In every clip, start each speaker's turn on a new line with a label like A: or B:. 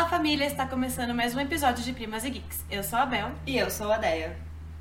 A: família, está começando mais um episódio de Primas e Geeks. Eu sou a Bel.
B: E eu sou a Deia.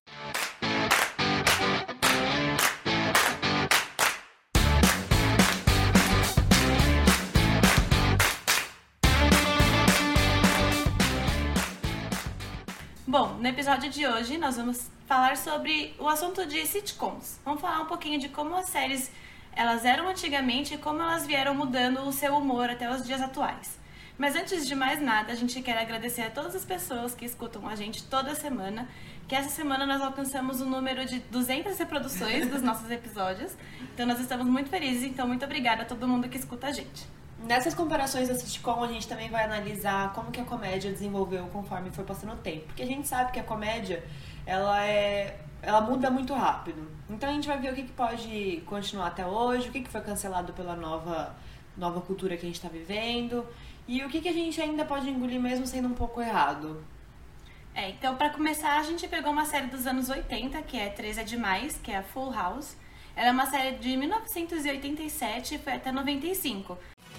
A: Bom, no episódio de hoje nós vamos falar sobre o assunto de sitcoms. Vamos falar um pouquinho de como as séries elas eram antigamente e como elas vieram mudando o seu humor até os dias atuais. Mas antes de mais nada, a gente quer agradecer a todas as pessoas que escutam a gente toda semana, que essa semana nós alcançamos o número de 200 reproduções dos nossos episódios. Então nós estamos muito felizes, então muito obrigada a todo mundo que escuta a gente.
B: Nessas comparações da sitcom, a gente também vai analisar como que a comédia desenvolveu conforme foi passando o tempo. Porque a gente sabe que a comédia, ela muda muito rápido. Então a gente vai ver o que pode continuar até hoje, o que foi cancelado pela nova cultura que a gente está vivendo e o que a gente ainda pode engolir mesmo sendo um pouco errado.
A: Então para começar, a gente pegou uma série dos anos 80, que é 3 é Demais, que é a Full House. Ela é uma série de 1987 e foi até 95.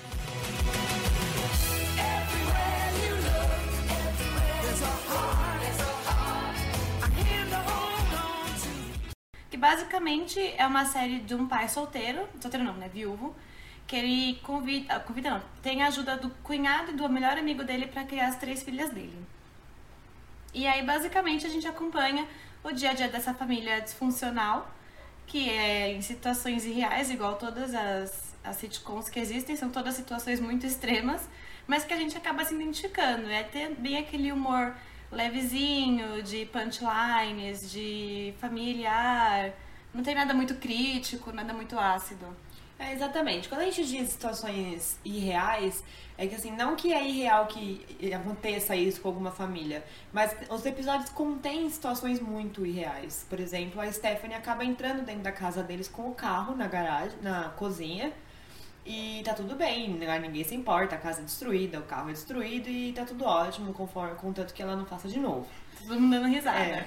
A: Que basicamente é uma série de um pai solteiro não, né, viúvo, que ele tem a ajuda do cunhado e do melhor amigo dele para criar as 3 filhas dele. E aí basicamente a gente acompanha o dia a dia dessa família disfuncional, que é em situações irreais, igual todas as sitcoms que existem, são todas situações muito extremas, mas que a gente acaba se identificando. É ter bem aquele humor levezinho, de punchlines, de familiar, não tem nada muito crítico, nada muito ácido.
B: Exatamente. Quando a gente diz situações irreais, é que assim, não que é irreal que aconteça isso com alguma família, mas os episódios contêm situações muito irreais. Por exemplo, a Stephanie acaba entrando dentro da casa deles com o carro na garagem, na cozinha, e tá tudo bem, ninguém se importa, a casa é destruída, o carro é destruído e tá tudo ótimo, contanto que ela não faça de novo.
A: Todo mundo dando risada.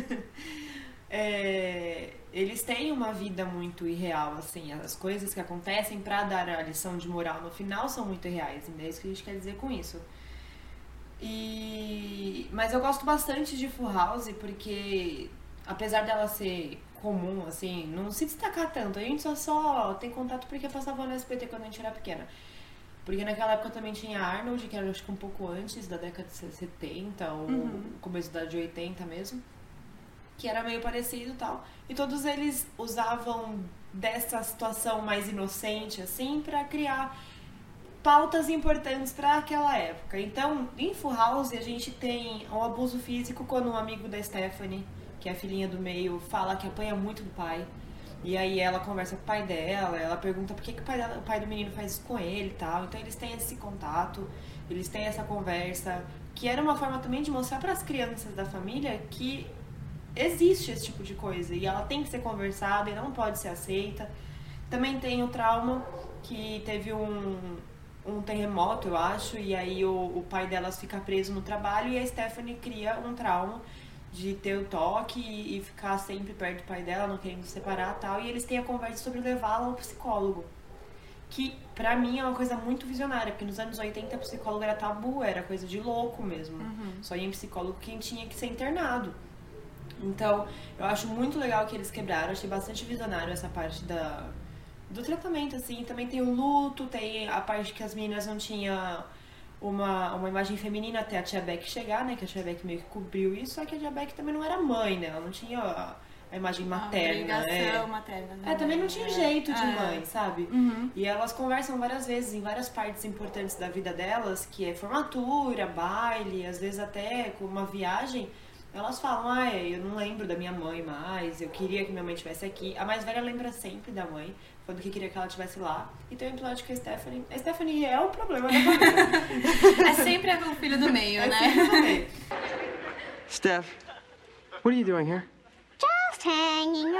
B: Eles têm uma vida muito irreal, assim, as coisas que acontecem pra dar a lição de moral no final são muito irreais, é isso que a gente quer dizer com isso. Mas eu gosto bastante de Full House porque, apesar dela ser comum, assim, não se destacar tanto, a gente só tem contato porque passava no SBT quando a gente era pequena. Porque naquela época também tinha Arnold, que era acho que um pouco antes da década de 70 ou começo da de 80 mesmo, que era meio parecido e tal. E todos eles usavam dessa situação mais inocente, assim, pra criar pautas importantes pra aquela época. Então, em Full House, a gente tem o abuso físico quando um amigo da Stephanie, que é a filhinha do meio, fala que apanha muito do pai. E aí ela conversa com o pai dela, ela pergunta por que o pai do menino faz isso com ele e tal. Então eles têm esse contato, eles têm essa conversa, que era uma forma também de mostrar para as crianças da família que existe esse tipo de coisa e ela tem que ser conversada e não pode ser aceita. Também tem o trauma que teve um terremoto, eu acho, e aí o pai delas fica preso no trabalho e a Stephanie cria um trauma de ter o toque e ficar sempre perto do pai dela, não querendo se separar e tal. E eles têm a conversa sobre levá-la ao psicólogo. Que, pra mim, é uma coisa muito visionária. Porque nos anos 80, psicólogo era tabu, era coisa de louco mesmo. Só ia em psicólogo quem tinha que ser internado. Então, eu acho muito legal que eles quebraram. Achei bastante visionário essa parte do tratamento, assim. Também tem o luto, tem a parte que as meninas não tinham uma imagem feminina até a Tia Beck chegar, né? Que a Tia Beck meio que cobriu isso, só que a Tia Beck também não era mãe, né? Ela não tinha a imagem materna,
A: obrigação materna.
B: Também não tinha jeito de mãe, sabe? E elas conversam várias vezes em várias partes importantes da vida delas, que é formatura, baile, às vezes até com uma viagem. Elas falam, eu não lembro da minha mãe mais, eu queria que minha mãe estivesse aqui. A mais velha lembra sempre da mãe, quando que queria que ela estivesse lá. E tem um episódio com a Stephanie. A Stephanie é o problema da família.
A: É sempre o filho do meio, né?
B: Sempre do meio.
C: Steph, what are you doing here?
D: Just hanging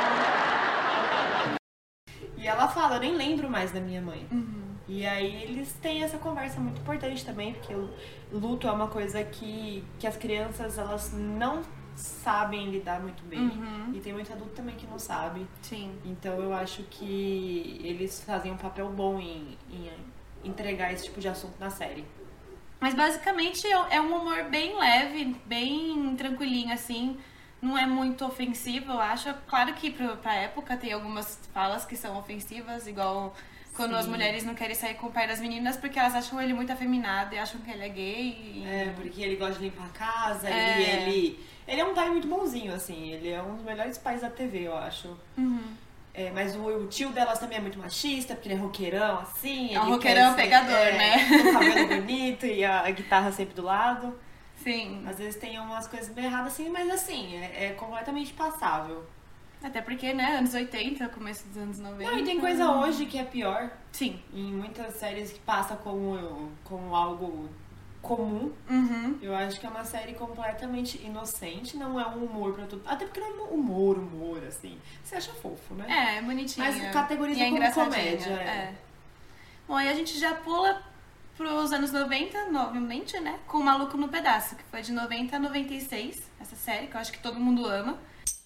D: around.
B: E ela fala, eu nem lembro mais da minha mãe. E aí eles têm essa conversa muito importante também, porque o luto é uma coisa que as crianças, elas não sabem lidar muito bem. E tem muito adulto também que não sabe.
A: Sim.
B: Então eu acho que eles fazem um papel bom em entregar esse tipo de assunto na série.
A: Mas basicamente é um humor bem leve, bem tranquilinho, assim. Não é muito ofensivo, eu acho. Claro que pra época tem algumas falas que são ofensivas, igual quando as mulheres não querem sair com o pai das meninas porque elas acham ele muito afeminado e acham que ele é gay.
B: Porque ele gosta de limpar a casa e ele é um pai muito bonzinho, assim. Ele é um dos melhores pais da TV, eu acho. Mas o tio delas também é muito machista, porque ele é roqueirão, assim.
A: É um roqueirão pegador, né?
B: Com o cabelo bonito e a guitarra sempre do lado.
A: Sim.
B: Às vezes tem umas coisas meio erradas, assim, mas assim, é completamente passável.
A: Até porque, né, anos 80, começo dos anos 90.
B: Não, e tem coisa hoje que é pior.
A: Sim.
B: Em muitas séries que passa como algo comum. Eu acho que é uma série completamente inocente, não é um humor pra tudo. Até porque não é humor, assim. Você acha fofo, né?
A: É bonitinho.
B: Mas categoriza
A: e é
B: como comédia.
A: Bom, aí a gente já pula pros anos 90, novamente, né? Com o Maluco no Pedaço, que foi de 90 a 96, essa série, que eu acho que todo mundo ama.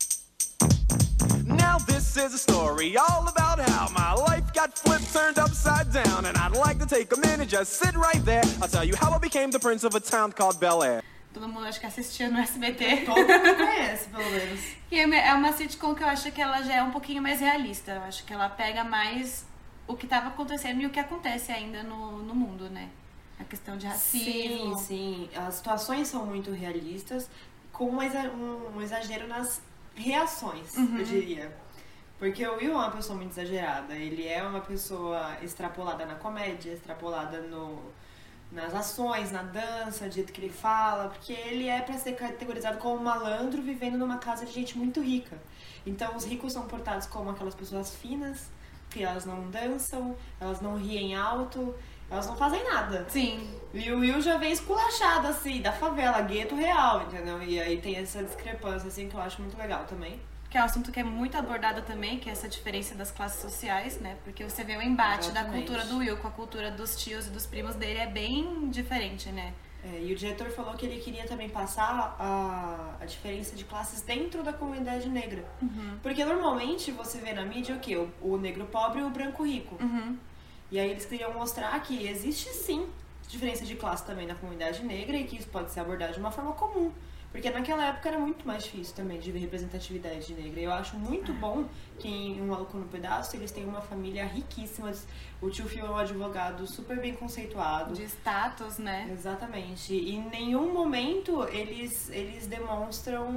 E: Now this is a story all about how my life got flipped, turned upside down. And I'd like to take a minute, just sit right there. I'll tell you how I became the prince of a town called Bel Air.
A: Todo mundo acho que assistia no SBT.
B: Todo mundo conhece, pelo menos.
A: E é uma sitcom que eu acho que ela já é um pouquinho mais realista. Eu acho que ela pega mais o que estava acontecendo e o que acontece ainda no mundo, né? A questão de racismo.
B: Sim. As situações são muito realistas, com um exagero nas reações, eu diria. Porque o Will é uma pessoa muito exagerada. Ele é uma pessoa extrapolada na comédia, extrapolada nas ações, na dança, do jeito que ele fala. Porque ele é pra ser categorizado como um malandro vivendo numa casa de gente muito rica. Então os ricos são portados como aquelas pessoas finas, que elas não dançam, elas não riem alto, elas não fazem nada.
A: Sim.
B: E o Will já vem esculachado, assim, da favela, gueto real, entendeu? E aí tem essa discrepância, assim, que eu acho muito legal também.
A: Que é um assunto que é muito abordado também, que é essa diferença das classes sociais, né? Porque você vê o embate da cultura do Will com a cultura dos tios e dos primos dele é bem diferente, né?
B: E o diretor falou que ele queria também passar a diferença de classes dentro da comunidade negra. Porque normalmente você vê na mídia o quê? O negro pobre e o branco rico. E aí eles queriam mostrar que existe sim diferença de classe também na comunidade negra e que isso pode ser abordado de uma forma comum. Porque naquela época era muito mais difícil também de ver representatividade negra. E eu acho muito bom que em Um Maluco no Pedaço eles têm uma família riquíssima. O tio Phil é um advogado super bem conceituado.
A: De status, né?
B: Exatamente. E em nenhum momento eles demonstram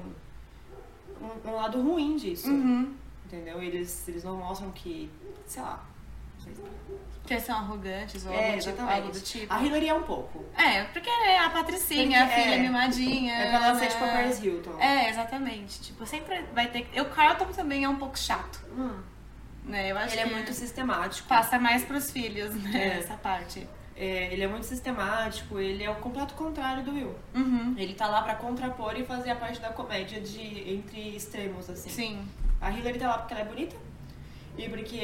B: um lado ruim disso. Entendeu? Eles não mostram que, sei lá...
A: Que eles são arrogantes ou algo do tipo.
B: A Hillary é um pouco.
A: Porque é a Patricinha, a filha mimadinha.
B: É pra ela ser tipo a Paris Hilton.
A: Exatamente. Tipo, sempre vai ter que... O Carlton também é um pouco chato. Né? Eu acho
B: Ele
A: que
B: é muito sistemático.
A: passa mais pros filhos, né? Essa parte.
B: Ele é muito sistemático, ele é o completo contrário do Will. Ele tá lá pra contrapor e fazer a parte da comédia entre extremos, assim.
A: Sim.
B: A Hillary tá lá porque ela é bonita. E porque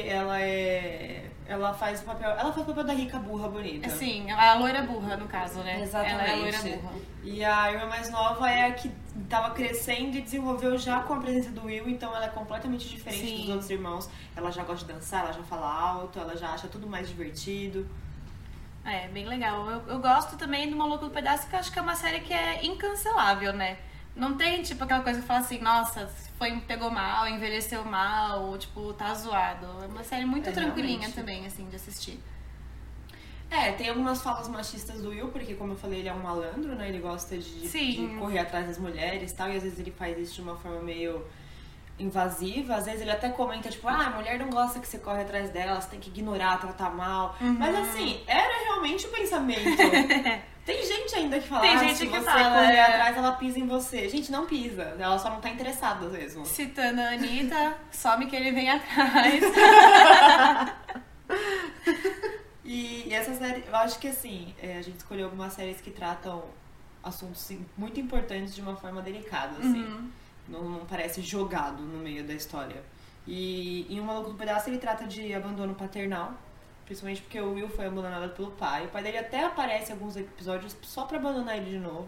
B: ela faz o papel da rica burra bonita.
A: Sim, a loira burra, no caso, né?
B: Exatamente.
A: Ela é a loira burra.
B: E a irmã mais nova é a que tava crescendo e desenvolveu já com a presença do Will, então ela é completamente diferente dos outros irmãos. Ela já gosta de dançar, ela já fala alto, ela já acha tudo mais divertido.
A: É, bem legal. Eu gosto também do Maluco do Pedaço, que eu acho que é uma série que é incancelável, né? Não tem, tipo, aquela coisa que fala assim, nossa, pegou mal, envelheceu mal, ou, tipo, tá zoado. É uma série muito tranquilinha
B: realmente.
A: também, assim, de assistir.
B: Tem algumas falas machistas do Will, porque, como eu falei, ele é um malandro, né? Ele gosta de correr atrás das mulheres e tal, e às vezes ele faz isso de uma forma meio invasiva. Às vezes ele até comenta, tipo, a mulher não gosta que você corre atrás dela, você tem que ignorar, tratar mal. Mas, assim, era realmente o pensamento. Tem gente ainda que fala,
A: Tem gente
B: se
A: que
B: você
A: fala,
B: correr atrás, ela pisa em você. Gente, não pisa. Ela só não tá interessada mesmo.
A: Citando a Anitta, some que ele vem atrás.
B: E essa série, eu acho que assim, a gente escolheu algumas séries que tratam assuntos assim, muito importantes de uma forma delicada, assim. Não parece jogado no meio da história. E em Um Maluco no Pedaço ele trata de abandono paternal, principalmente porque o Will foi abandonado pelo pai. O pai dele até aparece em alguns episódios só pra abandonar ele de novo.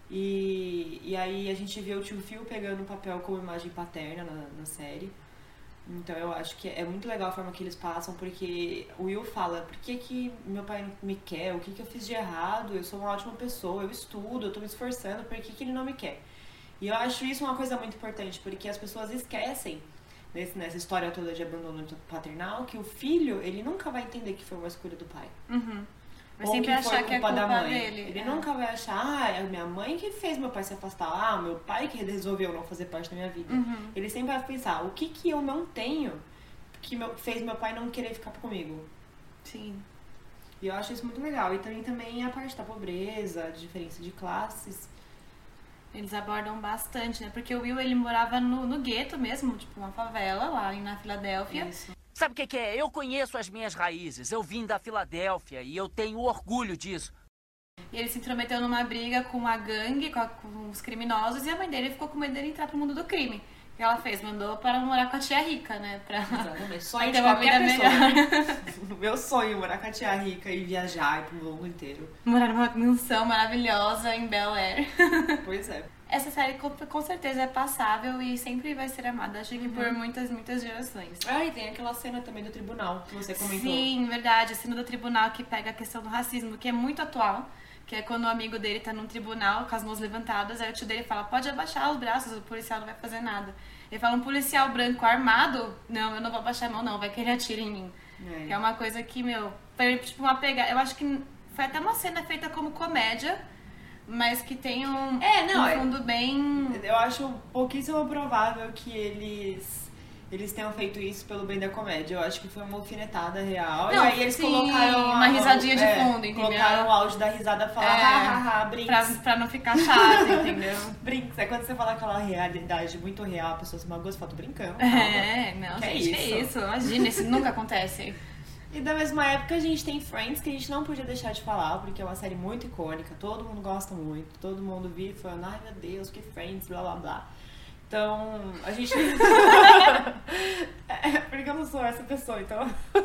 B: E aí a gente vê o tio Phil pegando o papel como imagem paterna na série. Então eu acho que é muito legal a forma que eles passam, porque o Will fala, por que meu pai não me quer? O que eu fiz de errado? Eu sou uma ótima pessoa, eu estudo, eu tô me esforçando, por que ele não me quer? E eu acho isso uma coisa muito importante, porque as pessoas esquecem, nessa história toda de abandono paternal, que o filho, ele nunca vai entender que foi uma escolha do pai.
A: Vai
B: Ou
A: sempre
B: que foi
A: achar que é
B: culpa da
A: culpa
B: mãe.
A: dele.
B: Ele nunca vai achar, é minha mãe que fez meu pai se afastar, meu pai que resolveu não fazer parte da minha vida. Ele sempre vai pensar, o que eu não tenho que fez meu pai não querer ficar comigo?
A: Sim.
B: E eu acho isso muito legal. E também a parte da pobreza, a diferença de classes.
A: Eles abordam bastante, né? Porque o Will, ele morava no gueto mesmo, tipo uma favela lá na Filadélfia.
B: Isso.
F: Sabe o que é? Eu conheço as minhas raízes. Eu vim da Filadélfia e eu tenho orgulho disso.
A: E ele se intrometeu numa briga com a gangue, com os criminosos, e a mãe dele ficou com medo dele entrar pro mundo do crime. O que ela fez? Mandou para morar com a tia rica, né?
B: Exatamente. Sonho
A: ter
B: de
A: uma
B: qualquer
A: vida
B: pessoa. Meu sonho, morar com a tia rica e viajar pro mundo inteiro.
A: Morar numa mansão maravilhosa em Bel Air.
B: Pois é.
A: Essa série com certeza é passável e sempre vai ser amada, acho que por muitas gerações.
B: Ah, e tem aquela cena também do tribunal que você comentou.
A: Sim, verdade. A cena do tribunal que pega a questão do racismo, que é muito atual. Que é quando o amigo dele tá num tribunal com as mãos levantadas, aí o tio dele fala, pode abaixar os braços, o policial não vai fazer nada. Ele fala, um policial branco armado? Não, eu não vou abaixar a mão não, vai que ele atira em mim. Que é uma coisa que, foi tipo uma pegada. Eu acho que foi até uma cena feita como comédia, mas que tem um fundo bem...
B: Eu acho pouquíssimo provável que eles tenham feito isso pelo bem da comédia. Eu acho que foi uma alfinetada real.
A: Não,
B: e aí eles colocaram
A: uma risadinha de fundo, entendeu?
B: Colocaram o áudio da risada pra falar, brinks.
A: Pra não ficar chato, entendeu?
B: Brinks. É quando você fala aquela realidade muito real, a pessoa se magoa, você fala, tô brincando.
A: Não,
B: que
A: gente,
B: é
A: isso? Imagina, isso nunca acontece.
B: E da mesma época a gente tem Friends, que a gente não podia deixar de falar, porque é uma série muito icônica, todo mundo gosta muito, todo mundo vive falando, ai meu Deus, que Friends, blá blá blá. Então, a gente... porque eu não sou essa pessoa, então...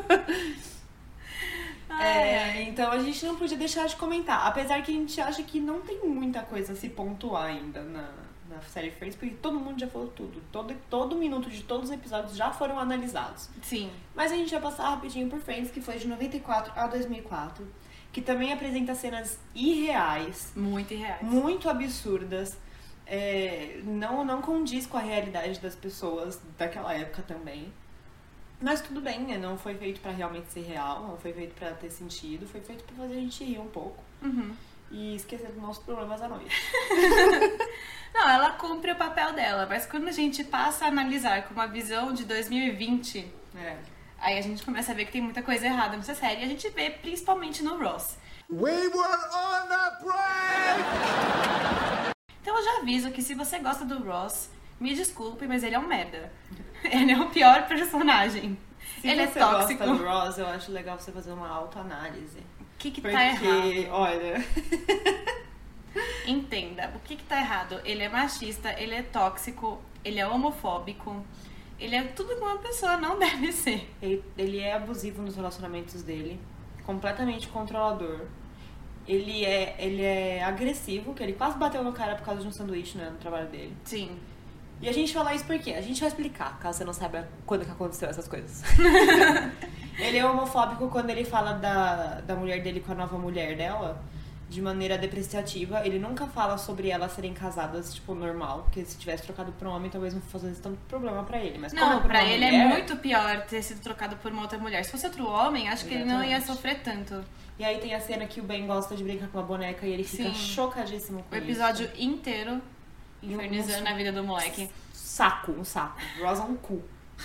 B: Então a gente não podia deixar de comentar, apesar que a gente acha que não tem muita coisa a se pontuar ainda na série Friends, porque todo mundo já falou tudo. Todo minuto de todos os episódios já foram analisados.
A: Sim.
B: Mas a gente vai passar rapidinho por Friends, que foi de 94 a 2004, que também apresenta cenas irreais.
A: Muito irreais.
B: Muito absurdas. Não condiz com a realidade das pessoas daquela época também. Mas tudo bem, né? Não foi feito pra realmente ser real, não foi feito pra ter sentido, foi feito pra fazer a gente rir um pouco. E esquecer dos nossos problemas à noite.
A: Não, ela cumpre o papel dela, mas quando a gente passa a analisar com uma visão de 2020, aí a gente começa a ver que tem muita coisa errada nessa série. E a gente vê principalmente no Ross.
E: We were on the break!
A: Então eu já aviso que se você gosta do Ross, me desculpe, mas ele é um merda. Ele é o pior personagem. Ele é tóxico.
B: Se você gosta do Ross, eu acho legal você fazer uma autoanálise.
A: O que
B: Porque,
A: tá errado?
B: olha...
A: Entenda, o que tá errado? Ele é machista, ele é tóxico, ele é homofóbico, ele é tudo que uma pessoa não deve ser.
B: Ele é abusivo nos relacionamentos dele, completamente controlador. Ele é agressivo, que ele quase bateu no cara por causa de um sanduíche, né, no trabalho dele.
A: Sim.
B: E a gente fala isso por quê? A gente vai explicar, caso você não saiba quando que aconteceu essas coisas. Ele é homofóbico quando ele fala da mulher dele com a nova mulher dela de maneira depreciativa. Ele nunca fala sobre elas serem casadas, tipo, normal. Porque se tivesse trocado por um homem, talvez não fosse tanto problema pra ele. Mas
A: não,
B: como
A: pra
B: uma
A: ele
B: mulher,
A: é muito pior ter sido trocado por uma outra mulher. Se fosse outro homem, acho que ele não ia sofrer tanto.
B: E aí tem a cena que o Ben gosta de brincar com uma boneca e ele fica chocadíssimo com
A: o episódio inteiro infernizando na vida do moleque.
B: Um saco. Ross é um cu.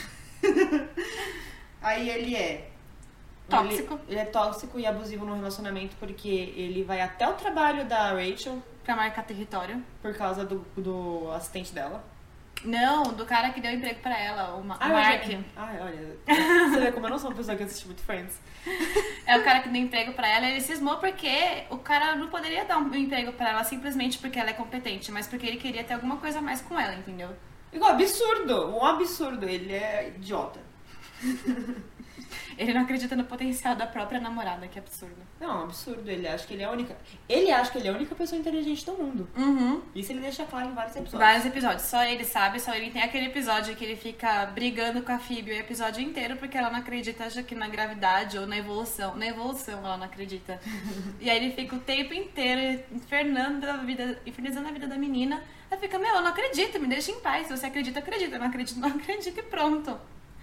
B: Aí ele é
A: tóxico.
B: Ele é tóxico e abusivo no relacionamento porque ele vai até o trabalho da Rachel
A: pra marcar território.
B: Por causa do assistente dela.
A: Não, do cara que deu emprego pra ela, o Mark.
B: Olha, você vê como eu não sou uma pessoa que assiste muito Friends.
A: É o cara que deu emprego pra ela, ele cismou porque o cara não poderia dar um emprego pra ela simplesmente porque ela é competente, mas porque ele queria ter alguma coisa a mais com ela, entendeu?
B: Igual, absurdo, um absurdo, ele é idiota.
A: Ele não acredita no potencial da própria namorada, que absurdo.
B: Não, absurdo. Ele acha que ele é a única. Ele acha que ele é a única pessoa inteligente do mundo. Isso ele deixa claro em vários episódios.
A: Vários episódios. Só ele sabe, só ele tem aquele episódio que ele fica brigando com a Phoebe o episódio inteiro porque ela não acredita, acha que na gravidade ou na evolução. Na evolução ela não acredita. E aí ele fica o tempo inteiro infernizando a vida da menina. Ela fica, eu não acredito, me deixa em paz. Se você acredita, acredita. Não acredito, não acredito e pronto.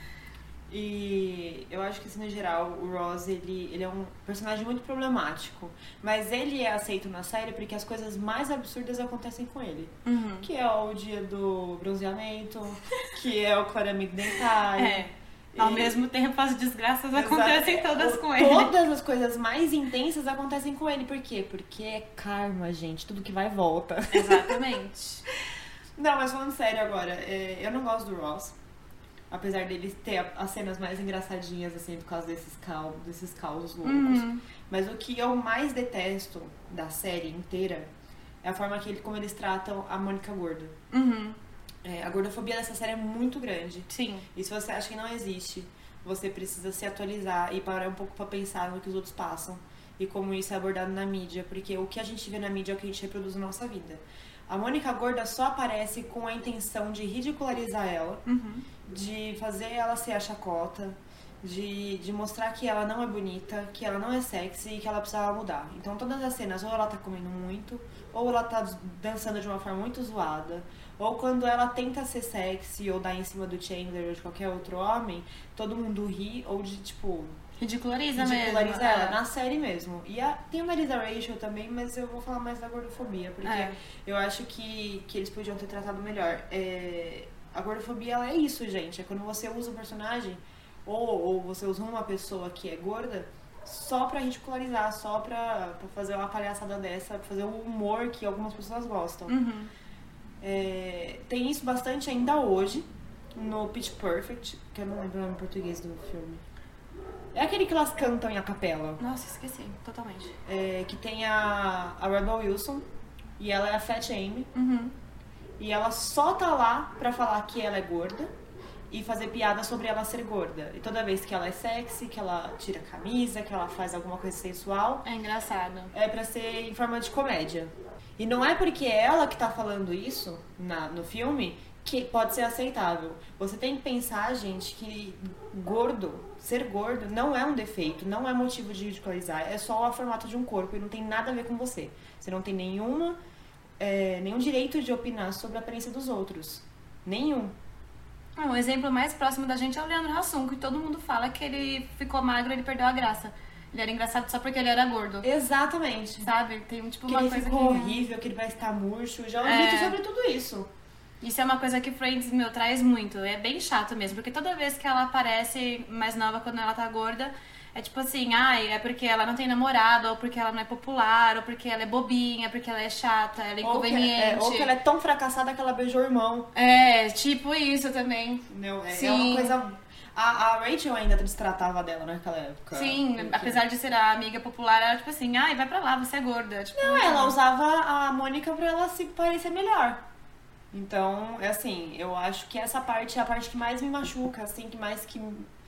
B: E eu acho que, assim, no geral, o Ross, ele é um personagem muito problemático. Mas ele é aceito na série porque as coisas mais absurdas acontecem com ele. Que é o dia do bronzeamento, que é o clareamento dentário.
A: Ao mesmo tempo, as desgraças acontecem todas com ele.
B: Todas as coisas mais intensas acontecem com ele. Por quê? Porque é karma, gente. Tudo que vai e volta.
A: Exatamente.
B: Não, mas falando sério agora, eu não gosto do Ross. Apesar dele ter as cenas mais engraçadinhas, assim, por causa desses causos loucos. Mas o que eu mais detesto da série inteira é a forma como eles tratam a Mônica gorda. A gordofobia dessa série é muito grande.
A: Sim.
B: E se você acha que não existe, você precisa se atualizar e parar um pouco pra pensar no que os outros passam. E como isso é abordado na mídia. Porque o que a gente vê na mídia é o que a gente reproduz na nossa vida. A Mônica gorda só aparece com a intenção de ridicularizar ela, de fazer ela ser a chacota, de mostrar que ela não é bonita, que ela não é sexy e que ela precisava mudar. Então todas as cenas, ou ela tá comendo muito, ou ela tá dançando de uma forma muito zoada, ou quando ela tenta ser sexy ou dar em cima do Chandler ou de qualquer outro homem, todo mundo ri, ou de tipo...
A: Ridiculariza
B: ela, na série mesmo. E tem a Marisa Rachel também, mas eu vou falar mais da gordofobia, porque eu acho que eles podiam ter tratado melhor. A gordofobia, ela é isso, gente. É quando você usa um personagem, ou você usa uma pessoa que é gorda, só pra ridicularizar, só pra fazer uma palhaçada dessa, pra fazer o humor que algumas pessoas gostam. Tem isso bastante ainda hoje, no Pitch Perfect, que eu não lembro o nome em português do filme. É aquele que elas cantam em a capela.
A: Nossa, esqueci, totalmente.
B: Que tem a Rebel Wilson, e ela é a Fat Amy. E ela só tá lá pra falar que ela é gorda e fazer piada sobre ela ser gorda. E toda vez que ela é sexy, que ela tira a camisa, que ela faz alguma coisa sensual...
A: É engraçado.
B: É pra ser em forma de comédia. E não é porque é ela que tá falando isso no filme que pode ser aceitável. Você tem que pensar, gente, que ser gordo não é um defeito, não é motivo de ridicularizar, é só o formato de um corpo e não tem nada a ver com você. Você não tem nenhum direito de opinar sobre a aparência dos outros. Nenhum.
A: Um exemplo mais próximo da gente é o Leandro Hassum, que todo mundo fala que ele ficou magro e ele perdeu a graça. Ele era engraçado só porque ele era gordo.
B: Exatamente.
A: Sabe? Tem tipo
B: que
A: uma
B: ele
A: coisa
B: ficou
A: que...
B: horrível, que ele vai estar murcho. Já ouvi sobre tudo isso.
A: Isso é uma coisa que Friends, traz muito. É bem chato mesmo, porque toda vez que ela aparece mais nova quando ela tá gorda, é tipo assim, é porque ela não tem namorado, ou porque ela não é popular, ou porque ela é bobinha, porque ela é chata, ela é inconveniente.
B: Ou que ela é tão fracassada que ela beijou o irmão.
A: Tipo isso também.
B: Não, é
A: Sim.
B: uma coisa... A Rachel ainda destratava dela naquela época.
A: Sim, porque... apesar de ser a amiga popular, ela tipo assim, vai pra lá, você é gorda. Tipo,
B: não, ela usava a Mônica pra ela se parecer melhor. Então, eu acho que essa parte é a parte que mais me machuca, assim, que mais que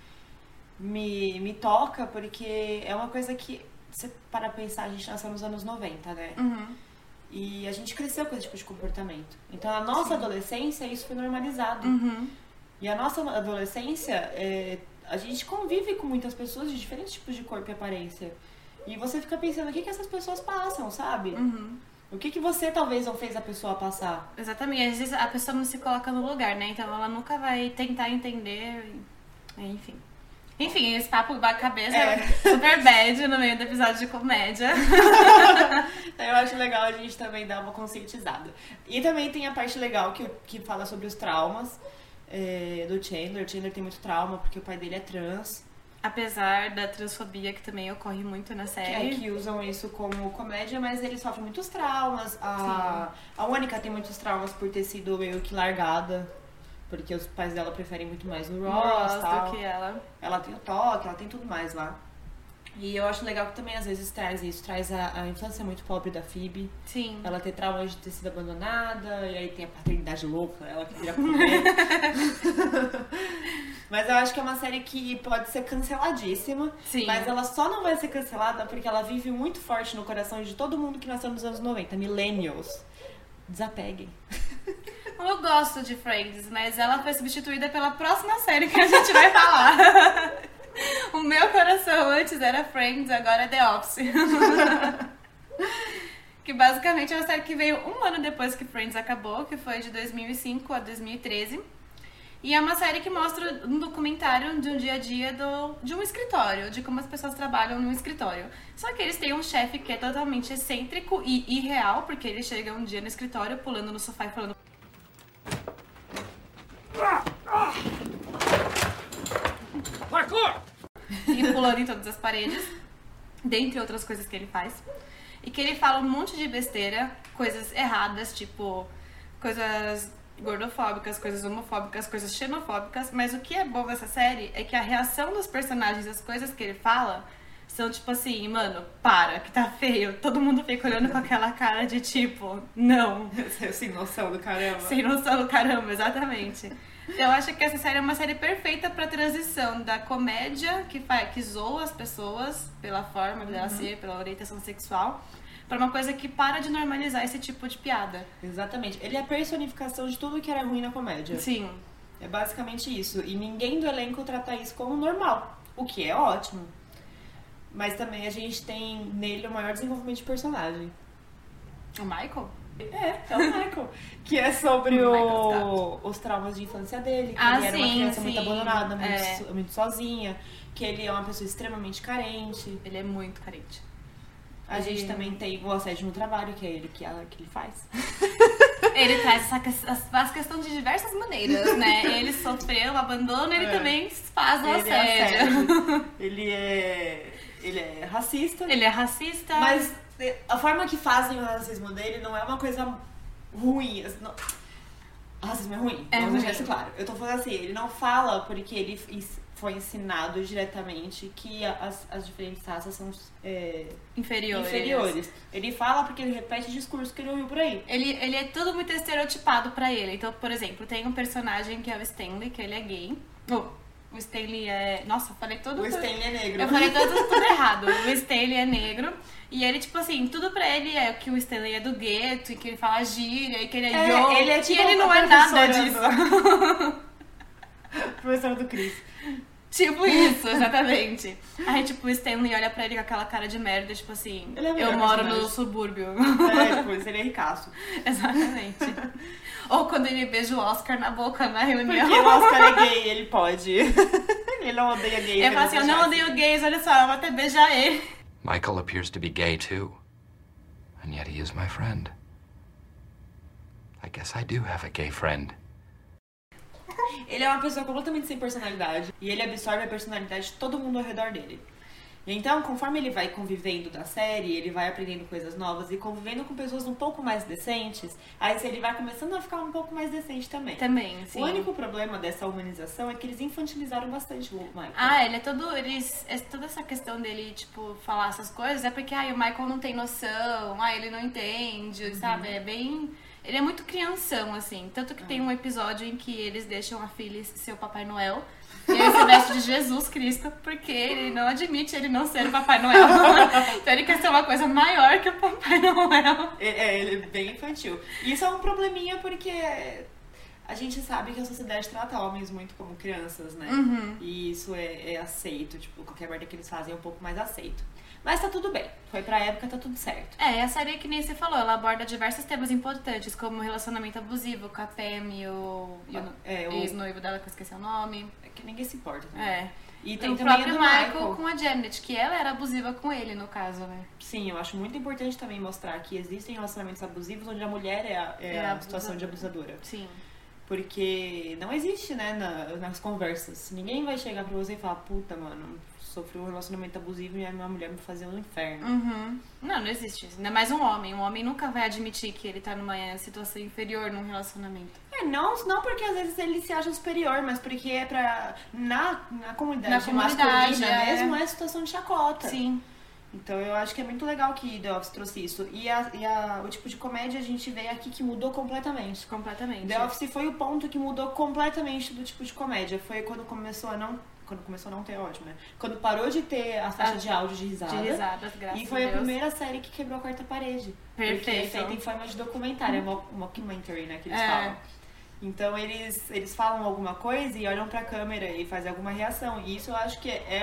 B: me toca, porque é uma coisa que, você para pensar, a gente nasceu nos anos 90, né? E a gente cresceu com esse tipo de comportamento. Então, na nossa adolescência, isso foi normalizado. E a nossa adolescência, a gente convive com muitas pessoas de diferentes tipos de corpo e aparência. E você fica pensando, o que essas pessoas passam, sabe? O que você talvez não fez a pessoa passar?
A: Exatamente. Às vezes a pessoa não se coloca no lugar, né? Então ela nunca vai tentar entender, enfim. Enfim, esse papo da cabeça super bad no meio do episódio de comédia.
B: Eu acho legal a gente também dar uma conscientizada. E também tem a parte legal que fala sobre os traumas do Chandler. O Chandler tem muito trauma porque o pai dele é trans.
A: Apesar da transfobia que também ocorre muito na série.
B: Que usam isso como comédia, mas ele sofre muitos traumas. A Mônica tem muitos traumas por ter sido meio que largada. Porque os pais dela preferem muito mais o Ross
A: do que ela.
B: Ela tem o toque, ela tem tudo mais lá. E eu acho legal que também às vezes traz isso. Traz a infância muito pobre da Phoebe.
A: Sim.
B: Ela ter trauma de ter sido abandonada. E aí tem a paternidade louca, ela que vira comer. Mas eu acho que é uma série que pode ser canceladíssima.
A: Sim.
B: Mas ela só não vai ser cancelada porque ela vive muito forte no coração de todo mundo que nasceu nos anos 90. Millennials. Desapeguem.
A: Eu gosto de Friends, mas ela foi substituída pela próxima série que a gente vai falar. O meu coração antes era Friends, agora é The Office. Que basicamente é uma série que veio um ano depois que Friends acabou, que foi de 2005 a 2013. E é uma série que mostra um documentário de um dia a dia de um escritório, de como as pessoas trabalham num escritório. Só que eles têm um chefe que é totalmente excêntrico e irreal, porque ele chega um dia no escritório pulando no sofá e falando... E pulando em todas as paredes, dentre outras coisas que ele faz. E que ele fala um monte de besteira, coisas erradas, tipo, coisas gordofóbicas, coisas homofóbicas, coisas xenofóbicas. Mas o que é bom dessa série é que a reação dos personagens, as coisas que ele fala, são tipo assim, mano, para, que tá feio. Todo mundo fica olhando com aquela cara de tipo, não.
B: Sem noção do caramba.
A: Sem noção do caramba, exatamente. Eu acho que essa série é uma série perfeita pra transição da comédia, que zoa as pessoas pela forma dela ser, pela orientação sexual, pra uma coisa que para de normalizar esse tipo de piada.
B: Exatamente. Ele é a personificação de tudo que era ruim na comédia.
A: Sim.
B: É basicamente isso. E ninguém do elenco trata isso como normal, o que é ótimo. Mas também a gente tem nele o maior desenvolvimento de personagem.
A: O Michael?
B: É o Michael. Que é sobre os traumas de infância dele. Que ele era uma criança muito abandonada, muito sozinha. Que ele é uma pessoa extremamente carente.
A: Ele é muito carente.
B: A gente também tem o assédio no trabalho, que é ele que ele faz.
A: Ele traz essa questão de diversas maneiras, né? Ele sofreu o abandono, ele também faz o assédio.
B: Ele é racista.
A: Ele é racista.
B: Mas a forma que fazem o racismo dele não é uma coisa ruim. O racismo é ruim. Vamos deixar isso claro. Eu tô falando assim, ele não fala porque ele foi ensinado diretamente que as diferentes raças são inferiores. Ele fala porque ele repete o discurso que ele ouviu por aí.
A: Ele é tudo muito estereotipado pra ele. Então, por exemplo, tem um personagem que é o Stanley, que ele é gay. O Stanley é... Nossa, eu falei tudo...
B: O Stanley é negro.
A: Eu falei tudo errado. O Stanley é negro. E ele, tipo assim, tudo pra ele é que o Stanley é do gueto, e que ele fala gíria, e que ele é yo.
B: Ele é tipo
A: e ele não é nada disso.
B: Professor do Chris.
A: Tipo isso, exatamente. Aí, tipo, o Stanley olha pra ele com aquela cara de merda, tipo assim, eu moro no subúrbio.
B: Tipo, ele é ricaço.
A: Exatamente. Ou quando ele beija o Oscar na boca na reunião.
B: Porque o Oscar é gay, ele pode. Ele não odeia gays.
A: Ele fala assim, eu não odeio gays, olha só, eu vou até beijar ele.
G: Michael appears to be gay too. And yet he is my friend. I guess I do have a gay friend.
B: Ele é uma pessoa completamente sem personalidade. E ele absorve a personalidade de todo mundo ao redor dele. Então, conforme ele vai convivendo da série, ele vai aprendendo coisas novas e convivendo com pessoas um pouco mais decentes, aí ele vai começando a ficar um pouco mais decente também.
A: Também, sim.
B: O único problema dessa humanização é que eles infantilizaram bastante o Michael.
A: Ele é todo... toda essa questão dele, tipo, falar essas coisas é porque, o Michael não tem noção, ele não entende, sabe? É bem... Ele é muito crianção, assim. Tanto que tem um episódio em que eles deixam a Phyllis ser o Papai Noel. E ele se veste de Jesus Cristo, porque ele não admite ele não ser o Papai Noel. Então ele quer ser uma coisa maior que o Papai Noel.
B: Ele é bem infantil. E isso é um probleminha porque a gente sabe que a sociedade trata homens muito como crianças, né? E isso é aceito. Tipo, qualquer merda que eles fazem é um pouco mais aceito. Mas tá tudo bem. Foi pra época, tá tudo certo.
A: A série, que nem você falou, ela aborda diversos temas importantes, como o relacionamento abusivo com a Pam e o ex-noivo dela, que eu esqueci o nome.
B: É que ninguém se importa. Né?
A: E tem o próprio Michael com a Janet, que ela era abusiva com ele, no caso, né?
B: Sim, eu acho muito importante também mostrar que existem relacionamentos abusivos onde a mulher é a situação de abusadora.
A: Sim.
B: Porque não existe, né, nas conversas. Ninguém vai chegar pra você e falar, puta, mano, sofri um relacionamento abusivo e a minha mulher me fazia um inferno.
A: Não existe isso. Ainda mais um homem. Um homem nunca vai admitir que ele tá numa situação inferior num relacionamento.
B: Não porque às vezes ele se acha superior, mas porque é na comunidade masculina mesmo é situação de chacota.
A: Sim.
B: Então eu acho que é muito legal que The Office trouxe isso. E o tipo de comédia a gente vê aqui que mudou completamente.
A: Completamente.
B: The Office foi o ponto que mudou completamente do tipo de comédia. Foi quando começou a não... Quando começou a não ter, ótimo, né? Quando parou de ter a faixa de áudio de risada.
A: De risadas, graças a Deus.
B: E foi a primeira série que quebrou a quarta parede.
A: Perfeito.
B: Porque é feita em forma de documentário, é mockumentary, né, que eles falam. Então eles falam alguma coisa e olham pra câmera e fazem alguma reação. E isso eu acho que é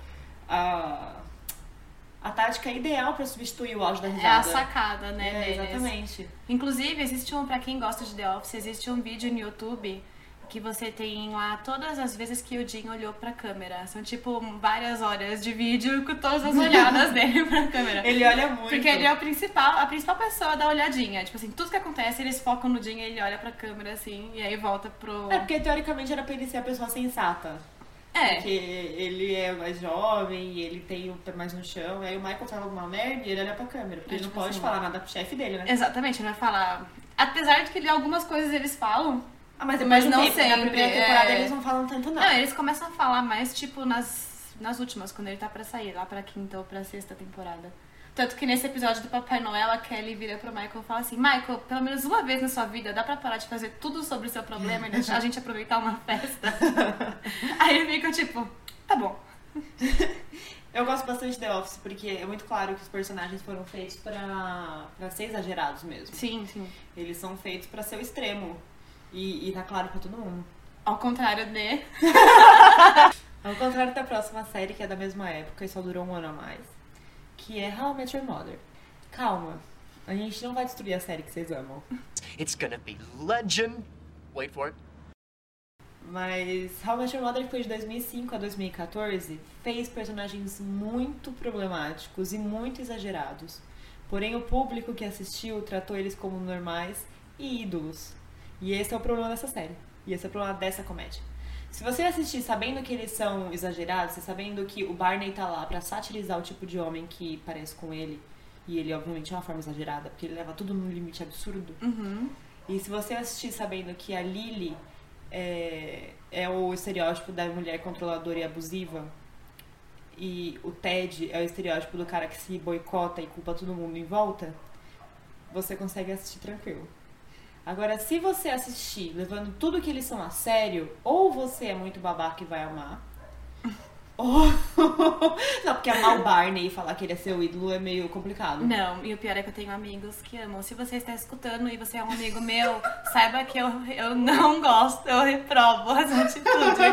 B: a tática ideal pra substituir o áudio da risada.
A: É a sacada, né, deles.
B: Exatamente.
A: Inclusive, pra quem gosta de The Office, existe um vídeo no YouTube que você tem lá todas as vezes que o Jim olhou pra câmera. São, tipo, várias horas de vídeo com todas as olhadas dele pra câmera.
B: Ele olha muito.
A: Porque ele é a principal pessoa da olhadinha. Tipo assim, tudo que acontece, eles focam no Jim e ele olha pra câmera, assim, e aí volta pro...
B: É, porque teoricamente era pra ele ser a pessoa sensata. Porque ele é mais jovem e ele tem o pé mais no chão. Aí o Michael fala alguma merda e ele olha pra câmera. Porque ele não pode falar nada pro chefe dele, né?
A: Exatamente, não vai falar... Apesar de que algumas coisas eles falam...
B: mas depois
A: não
B: tempo,
A: sempre.
B: Na primeira temporada eles não falam tanto, não.
A: Não, eles começam a falar mais, tipo, nas últimas, quando ele tá pra sair, lá pra quinta ou pra sexta temporada. Tanto que nesse episódio do Papai Noel, a Kelly vira pro Michael e fala assim: Michael, pelo menos uma vez na sua vida, dá pra parar de fazer tudo sobre o seu problema e deixar a gente aproveitar uma festa? Aí ele fica tipo, tá bom.
B: Eu gosto bastante de The Office, porque é muito claro que os personagens foram feitos pra ser exagerados mesmo.
A: Sim, sim.
B: Eles são feitos pra ser o extremo. E tá claro pra todo mundo.
A: Ao contrário de...
B: Ao contrário da próxima série, que é da mesma época e só durou um ano a mais, que é How I Met Your Mother. Calma, a gente não vai destruir a série que vocês amam.
H: It's gonna be legend. Wait for it.
B: Mas How I Met Your Mother, que foi de 2005 a 2014, fez personagens muito problemáticos e muito exagerados. Porém, o público que assistiu tratou eles como normais e ídolos. E esse é o problema dessa série. E esse é o problema dessa comédia. Se você assistir sabendo que eles são exagerados, sabendo que o Barney tá lá pra satirizar o tipo de homem que parece com ele, e ele obviamente é uma forma exagerada, porque ele leva tudo num limite absurdo. E se você assistir sabendo que a Lily é o estereótipo da mulher controladora e abusiva, e o Ted é o estereótipo do cara que se boicota e culpa todo mundo em volta, você consegue assistir tranquilo. Agora, se você assistir levando tudo que eles são a sério, ou você é muito babaca e vai amar, ou... Não, porque amar o Barney e falar que ele é seu ídolo é meio complicado.
A: Não, e o pior é que eu tenho amigos que amam. Se você está escutando e você é um amigo meu, saiba que eu não gosto, eu reprovo as atitudes.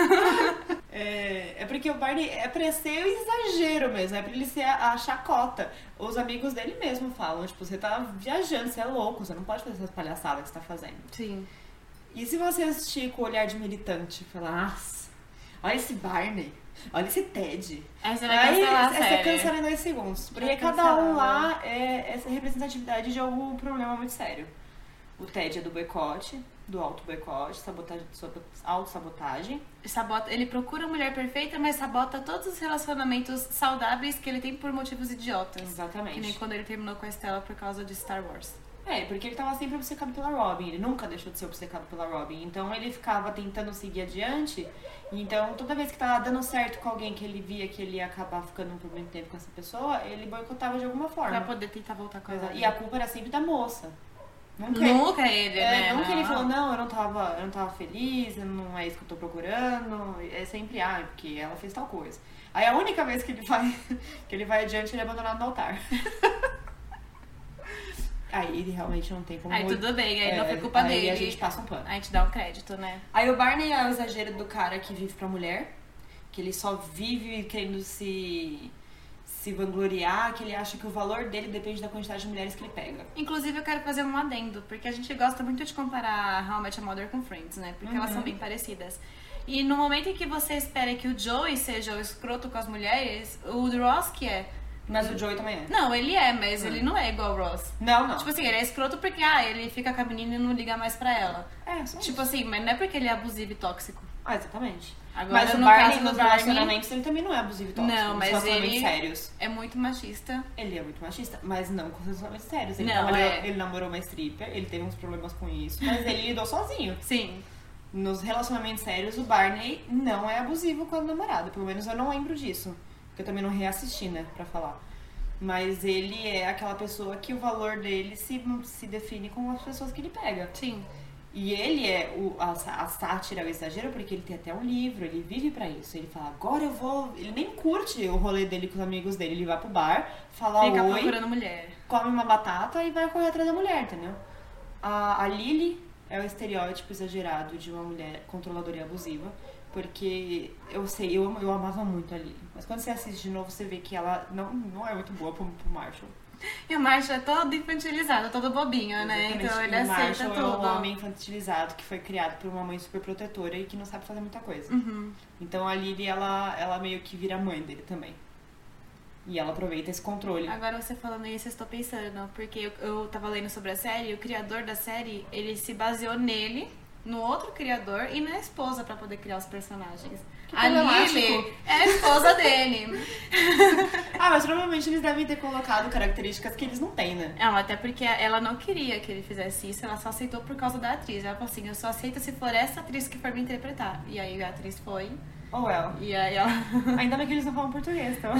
B: É porque o Barney é pra ser o exagero mesmo, é pra ele ser a chacota. Os amigos dele mesmo falam, tipo, você tá viajando, você é louco, você não pode fazer essas palhaçadas que você tá fazendo.
A: Sim.
B: E se você assistir com o olhar de militante, falar, nossa, olha esse Barney, olha esse Ted.
A: Aí você vai cancelar a série.
B: Você cancela em 2 segundos. Porque cada um lá é essa representatividade de algum problema muito sério. O Ted é do boicote, do auto-boicote, auto-sabotagem.
A: Ele procura a mulher perfeita, mas sabota todos os relacionamentos saudáveis que ele tem por motivos idiotas.
B: Exatamente.
A: Que nem quando ele terminou com a Stella por causa de Star Wars.
B: Porque ele tava sempre obcecado pela Robin. Ele nunca deixou de ser obcecado pela Robin. Então ele ficava tentando seguir adiante. Então toda vez que tava dando certo com alguém que ele via que ele ia acabar ficando por muito tempo com essa pessoa, ele boicotava de alguma forma.
A: Pra poder tentar voltar com ela.
B: E a culpa era sempre da moça.
A: Nunca ele, né?
B: Nunca ele falou, não, eu não tava feliz, não é isso que eu tô procurando. É sempre, porque ela fez tal coisa. Aí a única vez que ele vai adiante, ele é abandonado no altar. Aí ele realmente não tem como...
A: Aí tudo bem, aí não foi culpa dele.
B: Aí a gente passa um pano.
A: A gente dá um crédito, né?
B: Aí o Barney é o exagero do cara que vive pra mulher, que ele só vive querendo se vangloriar, que ele acha que o valor dele depende da quantidade de mulheres que ele pega.
A: Inclusive eu quero fazer um adendo, porque a gente gosta muito de comparar How I Met Your Mother com Friends, né? Porque elas são bem parecidas. E no momento em que você espera que o Joey seja o escroto com as mulheres, o Ross que é.
B: Mas o Joey também é.
A: Não, ele é, mas ele não é igual o Ross.
B: Não.
A: Tipo assim, ele é escroto porque, ele fica com a menina e não liga mais pra ela.
B: Só
A: tipo assim, mas não é porque ele é abusivo e tóxico.
B: Exatamente.
A: Agora,
B: mas o
A: no
B: Barney,
A: caso do
B: nos relacionamentos, ele também não é abusivo e tóxico.
A: Não, mas ele
B: sérios.
A: É muito machista.
B: Ele é muito machista, mas não com relacionamentos sérios. Ele namorou uma stripper, ele teve uns problemas com isso, mas ele lidou sozinho.
A: Sim.
B: Nos relacionamentos sérios, o Barney não é abusivo com a namorada. Pelo menos eu não lembro disso. Porque eu também não reassisti, né, pra falar. Mas ele é aquela pessoa que o valor dele se define com as pessoas que ele pega.
A: Sim.
B: E ele é a sátira, o exagero, porque ele tem até um livro, ele vive pra isso. Ele fala, agora eu vou... Ele nem curte o rolê dele com os amigos dele. Ele vai pro bar, fala
A: Fica
B: oi,
A: procurando mulher.
B: come uma batata e vai correr atrás da mulher, entendeu? A Lily é o estereótipo exagerado de uma mulher controladora e abusiva. Porque eu amava muito a Lily. Mas quando você assiste de novo, você vê que ela não é muito boa pro Marshall.
A: E o Marshall é todo infantilizado, todo bobinho, né?
B: Exatamente.
A: Então ele
B: E o
A: aceita
B: Marshall
A: tudo.
B: é um homem infantilizado que foi criado por uma mãe super protetora e que não sabe fazer muita coisa. Então a Lily, ela meio que vira mãe dele também. E ela aproveita esse controle.
A: Agora você falando isso, eu estou pensando, porque eu tava lendo sobre a série, e o criador da série, ele se baseou nele, no outro criador e na esposa pra poder criar os personagens. A Lily é a esposa dele.
B: Mas provavelmente eles devem ter colocado características que eles não têm, né?
A: Não, até porque ela não queria que ele fizesse isso, ela só aceitou por causa da atriz. Ela falou assim, eu só aceito se for essa atriz que for me interpretar. E aí a atriz foi.
B: Oh, well.
A: E aí ela...
B: Ainda bem que eles não falam português, então.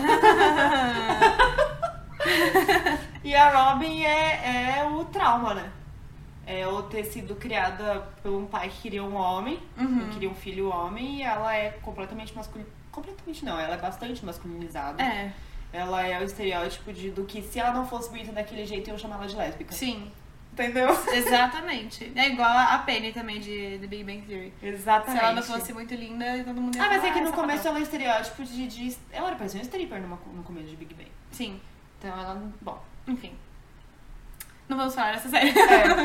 B: E a Robin é o trauma, né? É o ter sido criada por um pai que queria um homem, que queria um filho homem, e ela é completamente masculina. Completamente não, ela é bastante masculinizada.
A: É.
B: Ela é o estereótipo do que se ela não fosse bonita daquele jeito, eu chamava ela de lésbica.
A: Sim.
B: Entendeu?
A: Exatamente. É igual a Penny também de The Big Bang Theory.
B: Exatamente.
A: Se ela não fosse muito linda, todo mundo ia
B: mas
A: falar,
B: é que no
A: essa
B: começo
A: papel.
B: ela é um estereótipo de... Ela era parecia um stripper no começo de Big Bang.
A: Sim.
B: Então ela... Bom.
A: Enfim. Não vamos falar dessa série.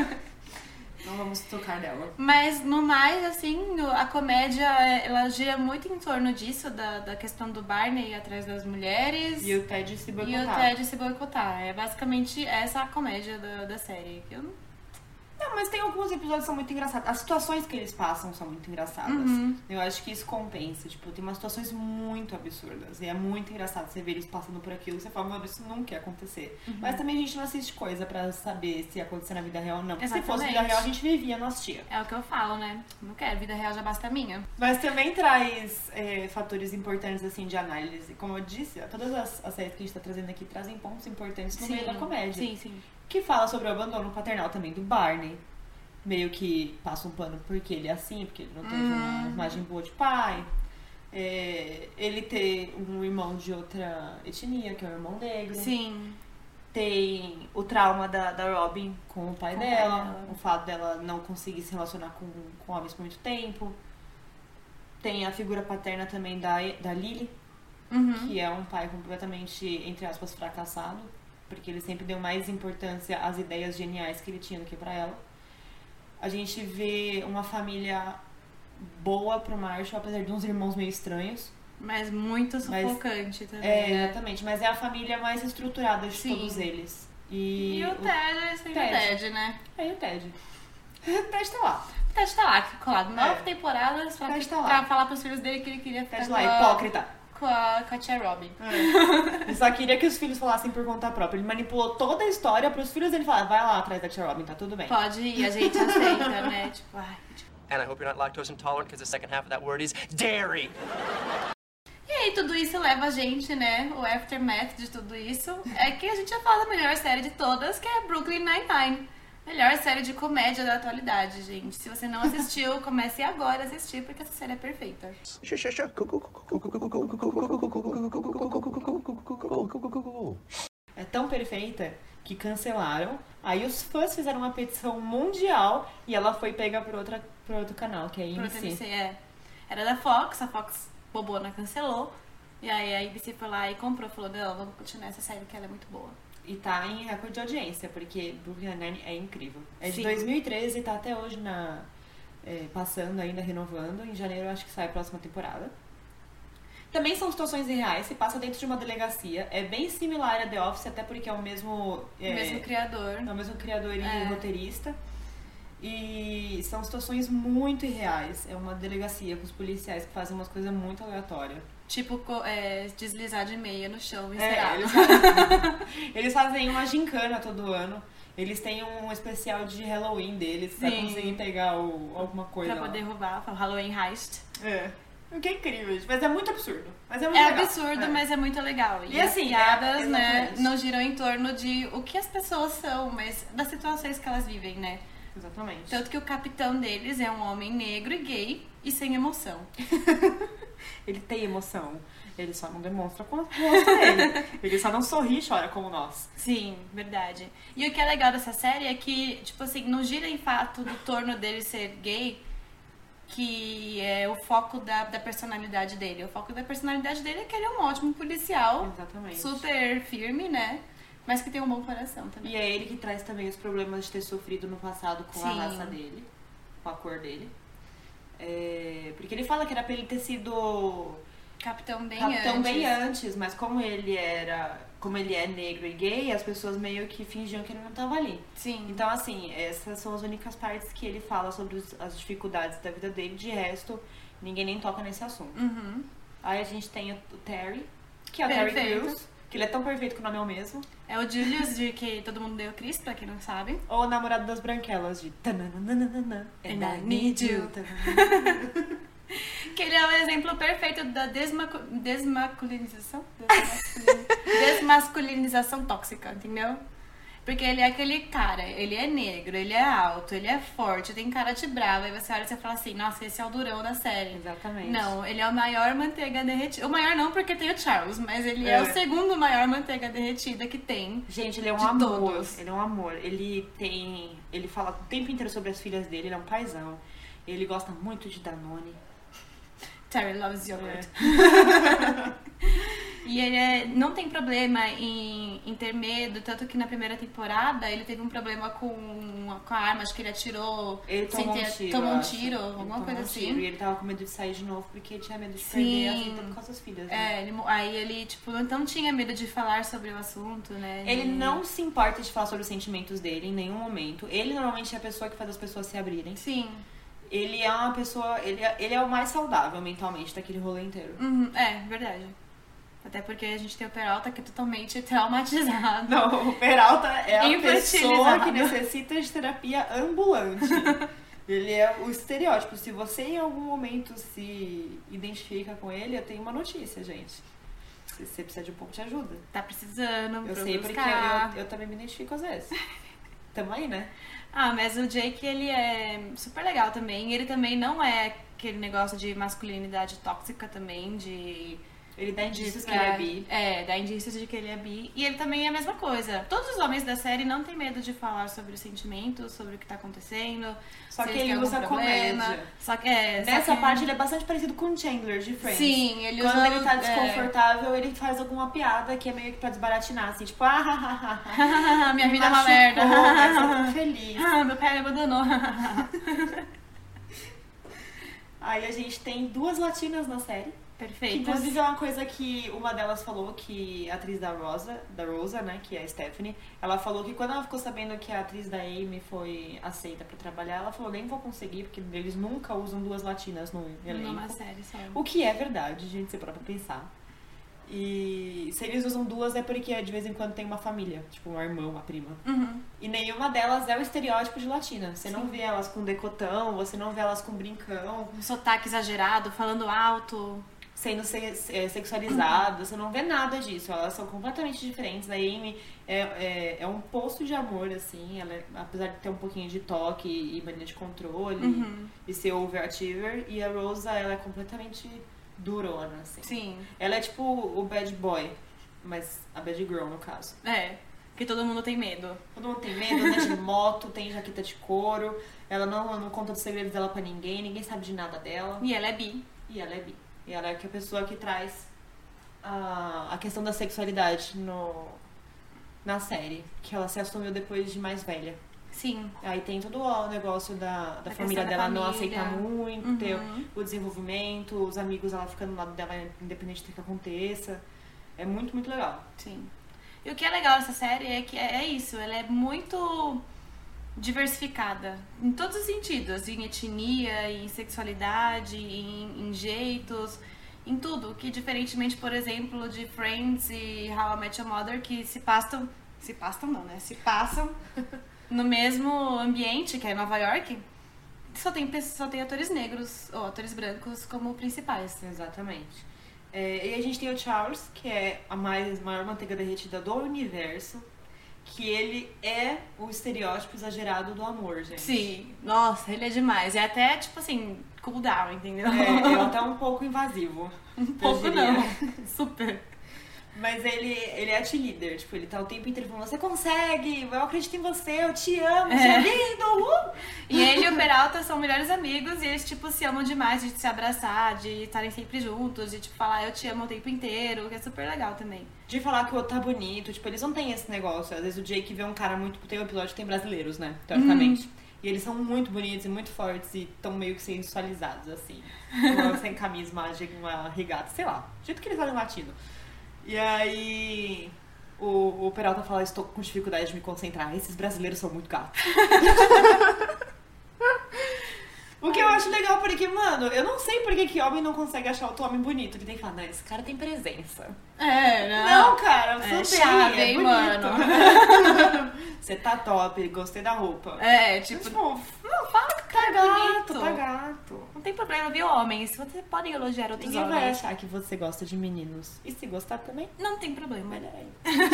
B: Não vamos tocar nela.
A: Mas, no mais, assim, a comédia, ela gira muito em torno disso, da questão do Barney ir atrás das mulheres.
B: E o Ted se boicotar.
A: E o Ted se boicotar. É basicamente essa a comédia da série.
B: Não, mas tem alguns episódios que são muito engraçados. As situações que eles passam são muito engraçadas. Eu acho que isso compensa. Tipo, tem umas situações muito absurdas. E é muito engraçado você ver eles passando por aquilo. Você fala, meu, isso nunca ia acontecer. Mas também a gente não assiste coisa pra saber se ia acontecer na vida real ou não. Porque se fosse vida real, a gente vivia, não assistia.
A: É o que eu falo, né? Não quero, vida real já basta a minha.
B: Mas também traz fatores importantes, assim, de análise. Como eu disse, todas as séries que a gente tá trazendo aqui trazem pontos importantes no meio da comédia.
A: Sim, sim.
B: Que fala sobre o abandono paternal também do Barney. Meio que passa um pano porque ele é assim, porque ele não teve uma imagem boa de pai. Ele ter um irmão de outra etnia, que é o irmão negro.
A: Sim.
B: Tem o trauma da Robin com o pai dela. O fato dela não conseguir se relacionar com homens por muito tempo. Tem a figura paterna também da Lily, que é um pai completamente, entre aspas, fracassado. Porque ele sempre deu mais importância às ideias geniais que ele tinha do que pra ela. A gente vê uma família boa pro Marshall, apesar de uns irmãos meio estranhos.
A: Mas muito sufocante também, né?
B: Exatamente. Mas é a família mais estruturada de todos eles.
A: E o Ted é sempre o Ted, né?
B: E o Ted. O Ted tá lá.
A: O Ted tá lá, colado 9 temporadas pra falar pros filhos dele que ele queria ficar
B: lá, hipócrita.
A: Com a tia Robin.
B: Ele só queria que os filhos falassem por conta própria. Ele manipulou toda a história pros filhos dele falar, vai lá atrás da tia Robin, tá tudo bem.
A: Pode ir, a gente aceita, né? Tipo, ai...
H: And I hope you're not lactose intolerant because the second half of that word is dairy.
A: E aí tudo isso leva a gente, né? O aftermath de tudo isso é que a gente já fala da melhor série de todas, que é Brooklyn Nine-Nine. Melhor série de comédia da atualidade, gente. Se você não assistiu, comece agora a assistir, porque essa série é perfeita.
B: É tão perfeita que cancelaram. Aí os fãs fizeram uma petição mundial e ela foi pega por outro canal, que é a ABC.
A: Era da Fox, a Fox bobona cancelou. E aí a ABC foi lá e comprou, falou, não, vamos continuar essa série que ela é muito boa.
B: E tá em recorde de audiência, porque Brooklyn Nine-Nine é incrível. É de
A: Sim.
B: 2013 e tá até hoje passando ainda, renovando. Em janeiro eu acho que sai a próxima temporada. Também são situações reais, se passa dentro de uma delegacia. É bem similar a The Office, até porque é o mesmo...
A: mesmo criador.
B: É o mesmo criador e roteirista. E são situações muito irreais. É uma delegacia com os policiais que fazem umas coisas muito aleatórias.
A: Tipo, deslizar de meia no chão,
B: eles fazem uma gincana todo ano. Eles têm um especial de Halloween deles pra conseguir pegar alguma coisa
A: pra poder roubar, o Halloween Heist.
B: O que é incrível, gente. Mas é muito absurdo. Mas é muito
A: É
B: legal.
A: absurdo, mas é muito legal.
B: E
A: as
B: assim,
A: piadas, né,
B: exatamente.
A: não giram em torno de o que as pessoas são, mas das situações que elas vivem, né?
B: Exatamente.
A: Tanto que o capitão deles é um homem negro e gay e sem emoção.
B: Ele tem emoção. Ele só não demonstra com o rosto dele. Ele só não sorri e chora como nós.
A: Sim, verdade. E o que é legal dessa série é que, tipo assim, não gira em fato do torno dele ser gay, que é o foco da personalidade dele. O foco da personalidade dele é que ele é um ótimo policial.
B: Exatamente.
A: Super firme, né? Mas que tem um bom coração também.
B: E é ele que traz também os problemas de ter sofrido no passado com a
A: Sim.
B: raça dele, com a cor dele. Porque ele fala que era pra ele ter sido
A: Capitão bem
B: capitão
A: antes.
B: bem antes, mas como ele é negro e gay, as pessoas meio que fingiam que ele não tava ali.
A: Sim.
B: Então, assim, essas são as únicas partes que ele fala sobre as dificuldades da vida dele. De resto, ninguém nem toca nesse assunto.
A: Uhum.
B: Aí a gente tem o Terry, que é o Terry
A: Perfeito.
B: Crews, que ele é tão perfeito que o nome é o mesmo.
A: É o Julius, de que todo mundo deu Chris, pra quem não sabe.
B: Ou o namorado das branquelas, de tananana,
A: And I need you. Que ele é o exemplo perfeito da desmasculinização tóxica, entendeu? Porque ele é aquele cara, ele é negro, ele é alto, ele é forte, tem cara de bravo. Aí você olha e você fala assim, nossa, esse é o durão da série.
B: Exatamente.
A: Não, ele é o maior manteiga derretida. O maior não, porque tem o Charles, mas ele é o segundo maior manteiga derretida que tem.
B: Gente, ele é um
A: de
B: amor.
A: todos.
B: Ele é um amor. Ele fala o tempo inteiro sobre as filhas dele, ele é um paizão. Ele gosta muito de Danone.
A: Terry loves yogurt. E ele não tem problema em ter medo, tanto que na primeira temporada ele teve um problema com a arma, acho que ele atirou
B: Ele tomou um tiro.
A: tomou um
B: acho.
A: tiro,
B: Ele
A: alguma
B: tomou
A: coisa
B: um
A: assim.
B: tiro, e ele tava com medo de sair de novo porque tinha medo de
A: Sim.
B: perder a vida por causa das filhas. Né?
A: Aí ele, tipo, não tinha medo de falar sobre o assunto, né?
B: Ele não se importa de falar sobre os sentimentos dele em nenhum momento. Ele normalmente é a pessoa que faz as pessoas se abrirem.
A: Sim.
B: Ele é uma pessoa. Ele é o mais saudável mentalmente daquele rolê inteiro.
A: É, verdade. Até porque a gente tem o Peralta que é totalmente traumatizado.
B: Não, o Peralta é a
A: Infantilizado.
B: pessoa que necessita de terapia ambulante. Ele é o estereótipo. Se você em algum momento se identifica com ele, eu tenho uma notícia, gente. Se você precisa de um pouco de ajuda.
A: Tá precisando,
B: Eu
A: pra
B: sei porque
A: buscar.
B: eu também me identifico às vezes. Tamo aí, né?
A: Ah, mas o Jake, ele é super legal também. Ele também não é aquele negócio de masculinidade tóxica também, de...
B: Ele dá indícios que ele é bi.
A: É, dá indícios de que ele é bi. E ele também é a mesma coisa. Todos os homens da série não têm medo de falar sobre os sentimentos, sobre o que tá acontecendo.
B: Só
A: se
B: que
A: eles
B: ele
A: têm
B: usa
A: algum problema.
B: comédia.
A: Só que
B: Nessa parte ele é bastante parecido com o Chandler de Friends.
A: Sim, ele
B: Quando
A: usa...
B: ele tá desconfortável, ele faz alguma piada que é meio que pra desbaratinar, assim, tipo,
A: minha vida é uma
B: machucou,
A: merda.
B: mas eu tô feliz.
A: Meu pai me abandonou.
B: Aí a gente tem 2 latinas na série. Que,
A: Perfeito.
B: inclusive é uma coisa que uma delas falou, que a atriz da Rosa, né, que é a Stephanie, ela falou que quando ela ficou sabendo que a atriz da Amy foi aceita pra trabalhar, ela falou, nem vou conseguir, porque eles nunca usam 2 latinas no elenco.
A: Numa série só.
B: O que é verdade, gente, você para pra pensar. E se eles usam 2 é porque de vez em quando tem uma família, tipo um irmão, uma prima.
A: Uhum.
B: E nenhuma delas é o estereótipo de latina. Você não vê elas com decotão, você não vê elas com brincão,
A: Um sotaque exagerado, falando alto.
B: sendo sexualizadas, você não vê nada disso. Elas são completamente diferentes. A Amy é um poço de amor, assim. Ela apesar de ter um pouquinho de toque e mania de controle e ser overachiever. E a Rosa, ela é completamente durona, assim.
A: Sim.
B: Ela é tipo o bad boy, mas a bad girl, no caso.
A: É. Que todo mundo tem medo.
B: Todo mundo tem medo, anda de moto, tem jaqueta de couro. Ela não conta os segredos dela pra ninguém sabe de nada dela.
A: E ela é bi.
B: E ela é bi. E ela é a pessoa que traz a questão da sexualidade na série. Que ela se assumiu depois de mais velha.
A: Sim.
B: Aí tem todo o negócio da
A: Da
B: família
A: questão da
B: dela não
A: família.
B: aceitar muito, ter o desenvolvimento, os amigos ela ficando do lado dela independente do que aconteça. É muito, muito legal.
A: Sim. E o que é legal dessa série é que é isso, ela é muito diversificada em todos os sentidos, em etnia, em sexualidade, em jeitos, em tudo, que diferentemente, por exemplo, de Friends e How I Met Your Mother, que se passam no mesmo ambiente, que é Nova York, só tem atores negros ou atores brancos como principais.
B: Exatamente. E a gente tem o Charles, que é a maior manteiga derretida do universo, que ele é o estereótipo exagerado do amor, gente.
A: Sim, nossa, ele é demais. É até, tipo assim, cool down, entendeu?
B: É até um pouco invasivo.
A: Um pouco não, super.
B: Mas ele é cheerleader, tipo, ele tá o tempo inteiro falando, você consegue, eu acredito em você, eu te amo, você é lindo,
A: E ele e o Peralta são melhores amigos e eles, tipo, se amam demais de se abraçar, de estarem sempre juntos, de, tipo, falar eu te amo o tempo inteiro, que é super legal também.
B: De falar que o outro tá bonito, tipo, eles não têm esse negócio. Às vezes o Jake vê um cara muito... Tem um episódio que tem brasileiros, né, teoricamente. E eles são muito bonitos e muito fortes e tão meio que sensualizados, assim. Sem camisa, uma regata, sei lá. Do jeito que eles olham latino. E aí o Peralta fala, estou com dificuldade de me concentrar, esses brasileiros são muito gatos. O que eu acho legal, porque, mano, eu não sei por que homem não consegue achar outro homem bonito. Ele tem que falar, não, esse cara tem presença. Não, cara, você
A: chave,
B: é
A: hein,
B: bonito.
A: mano.
B: Você tá top, gostei da roupa.
A: Tipo,
B: não, fala que tá gato, tá gato.
A: Não tem problema, viu, homens? Vocês podem elogiar outros
B: Ninguém
A: homens.
B: vai achar que você gosta de meninos. E se gostar também,
A: Não tem problema.
B: olha aí.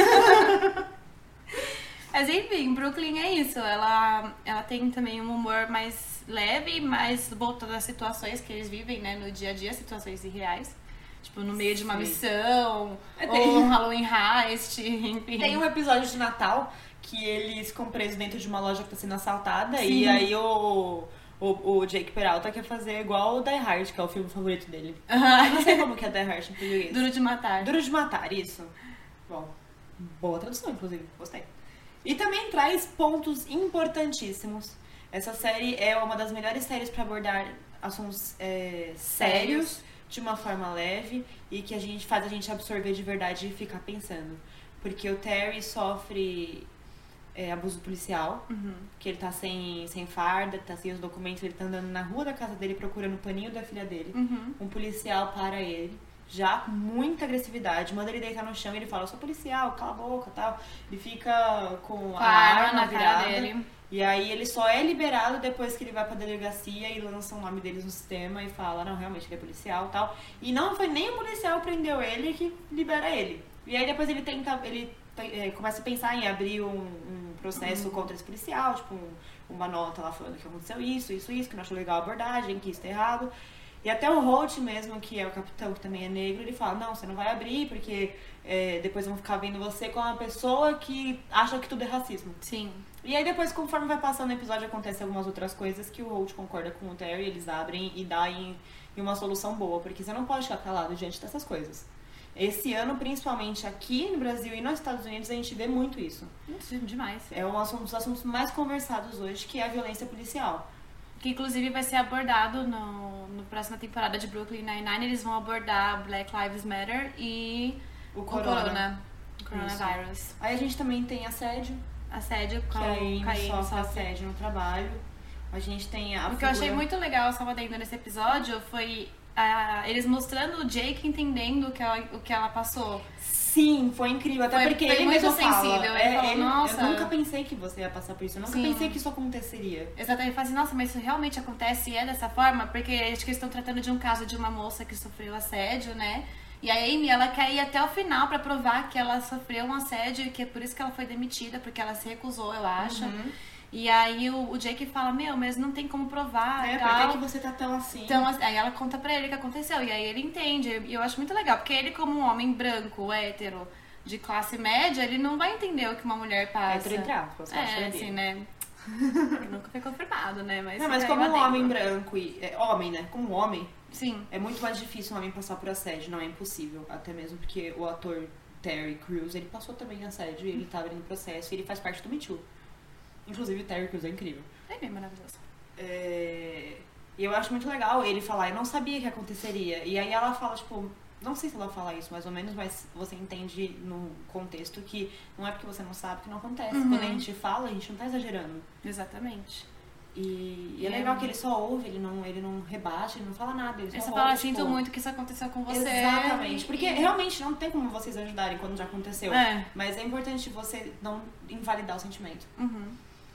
A: Mas enfim, Brooklyn é isso. Ela tem também um humor mais leve, mais voltado às situações que eles vivem, né, no dia a dia, situações irreais. Tipo, no meio de uma missão, ou um Halloween Heist, enfim.
B: Tem um episódio de Natal que eles ficam presos dentro de uma loja que tá sendo assaltada. Sim. E aí o Jake Peralta quer fazer igual o Die Hard, que é o filme favorito dele. Eu não sei como que é Die Hard em português.
A: Duro de Matar.
B: Duro de Matar, isso. Bom, boa tradução, inclusive. Gostei. E também traz pontos importantíssimos. Essa série é uma das melhores séries para abordar assuntos sérios, de uma forma leve, e que faz a gente absorver de verdade e ficar pensando. Porque o Terry sofre abuso policial, que ele tá sem farda, tá sem os documentos, ele tá andando na rua da casa dele procurando o paninho da filha dele. Um policial para ele, já com muita agressividade, manda ele deitar no chão e ele fala, eu sou policial, cala a boca, tal. Ele fica com a arma
A: na
B: virada,
A: cara dele.
B: E aí ele só é liberado depois que ele vai pra delegacia e lança o nome deles no sistema e fala, não, realmente ele é policial e tal. E não foi nem o policial que prendeu ele que libera ele. E aí depois ele começa a pensar em abrir um processo contra esse policial, tipo uma nota lá falando que aconteceu isso, que não achou legal a abordagem, que isso tá errado. E até o Holt mesmo, que é o capitão, que também é negro, ele fala, não, você não vai abrir, porque depois vão ficar vendo você como uma pessoa que acha que tudo é racismo.
A: Sim.
B: E aí depois, conforme vai passando o episódio, acontecem algumas outras coisas que o Holt concorda com o Terry, eles abrem e dá em uma solução boa, porque você não pode ficar calado diante dessas coisas. Esse ano, principalmente aqui no Brasil e nos Estados Unidos, a gente vê muito isso.
A: Demais.
B: É um dos assuntos mais conversados hoje, que é a violência policial.
A: Que inclusive vai ser abordado no próxima temporada de Brooklyn Nine-Nine. Eles vão abordar Black Lives Matter e
B: o
A: Coronavírus.
B: Aí a gente também tem assédio
A: com
B: que
A: Caim
B: sofre assédio no trabalho. A gente tem
A: O que eu achei muito legal, só adendo nesse episódio, foi eles mostrando o Jake entendendo o que ela passou.
B: Sim, foi incrível. Até porque
A: foi
B: ele
A: muito
B: mesmo
A: sensível.
B: Fala,
A: ele falou, nossa...
B: Eu nunca pensei que você ia passar por isso. Eu nunca pensei que isso aconteceria.
A: Exatamente. Ele fala assim, nossa, mas isso realmente acontece e é dessa forma? Porque acho que eles estão tratando de um caso de uma moça que sofreu assédio, né? E a Amy, ela quer ir até o final pra provar que ela sofreu um assédio e que é por isso que ela foi demitida, porque ela se recusou, eu acho. E aí o Jake fala, mas não tem como provar e tal.
B: Por que você tá tão assim?
A: Então, aí ela conta pra ele o que aconteceu. E aí ele entende. E eu acho muito legal, porque ele, como um homem branco, hétero, de classe média, ele não vai entender o que uma mulher passa.
B: Entre aspas,
A: assim, né? Nunca foi confirmado, né?
B: Mas como um homem branco homem, né? Como homem,
A: sim,
B: é muito mais difícil um homem passar por assédio. Não é impossível. Até mesmo porque o ator Terry Crews, ele passou também assédio e ele tá abrindo processo e ele faz parte do Me Too. Inclusive o Terry Crews é incrível.
A: É bem maravilhoso.
B: E eu acho muito legal ele falar, eu não sabia que aconteceria. E aí ela fala, tipo, não sei se ela fala isso mais ou menos, mas você entende no contexto que não é porque você não sabe que não acontece. Quando a gente fala, a gente não tá exagerando.
A: Exatamente.
B: E é legal que ele só ouve, ele não rebate, ele não fala nada. Ele só
A: fala, sinto muito que isso aconteceu com você.
B: Exatamente. Porque realmente não tem como vocês ajudarem quando já aconteceu. Mas é importante você não invalidar o sentimento.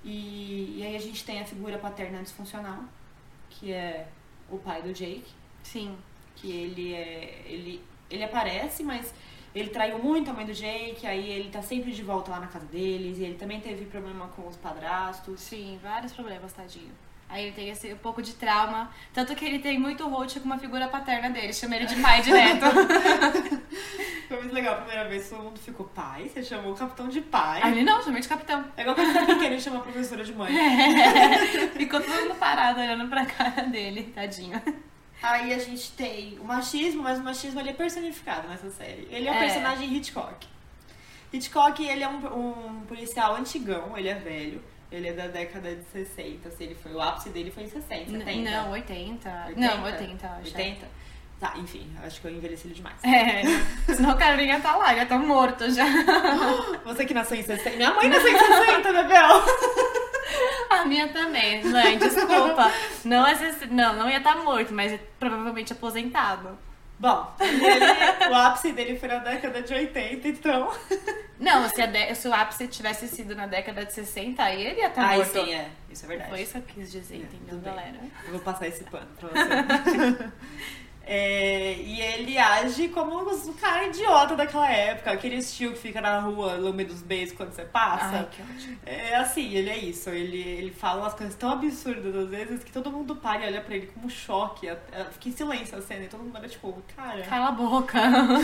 B: E aí a gente tem a figura paterna disfuncional, que é o pai do Jake.
A: Sim.
B: Que ele aparece, mas ele traiu muito a mãe do Jake, aí ele tá sempre de volta lá na casa deles, e ele também teve problema com os padrastos.
A: Sim, vários problemas, tadinho. Aí ele tem um pouco de trauma, tanto que ele tem muito rote com uma figura paterna dele, chama ele de pai direto.
B: Foi muito legal a primeira vez, todo mundo ficou pai, você chamou o capitão de pai.
A: Aí ele não, chamei de capitão.
B: É igual quando tá pequeno, ele chama a professora de mãe.
A: Ficou todo mundo parado olhando pra cara dele, tadinho.
B: Aí a gente tem o machismo, mas o machismo ele é personificado nessa série. Ele é o personagem Hitchcock. Hitchcock, ele é um policial antigão, ele é velho. Ele é da década de 60, assim, o ápice dele foi em 60, 70.
A: Não, 80. Não, 80, acho.
B: 80? Tá, enfim, acho que eu envelheci ele demais.
A: Senão o cara nem ia estar lá, ia estar morto já.
B: Você que nasceu em 60. Minha mãe nasceu em 60, Bebel!
A: A minha também, mãe, desculpa. Não ia estar morto, mas provavelmente aposentado.
B: Bom, o ápice dele foi na década de 80, então...
A: Não, se o ápice tivesse sido na década de 60, aí ele ia estar morto.
B: Sim, isso é verdade.
A: Foi isso que eu quis dizer, entendeu, galera?
B: Eu vou passar esse pano pra você. E ele age como o cara idiota daquela época, aquele tio que fica na rua lambendo os beijos quando você passa.
A: Ai, que ótimo.
B: É assim, ele é isso. Ele fala umas coisas tão absurdas às vezes que todo mundo para e olha pra ele com um choque. Fica em silêncio a cena e todo mundo olha tipo, cara.
A: Cala a boca.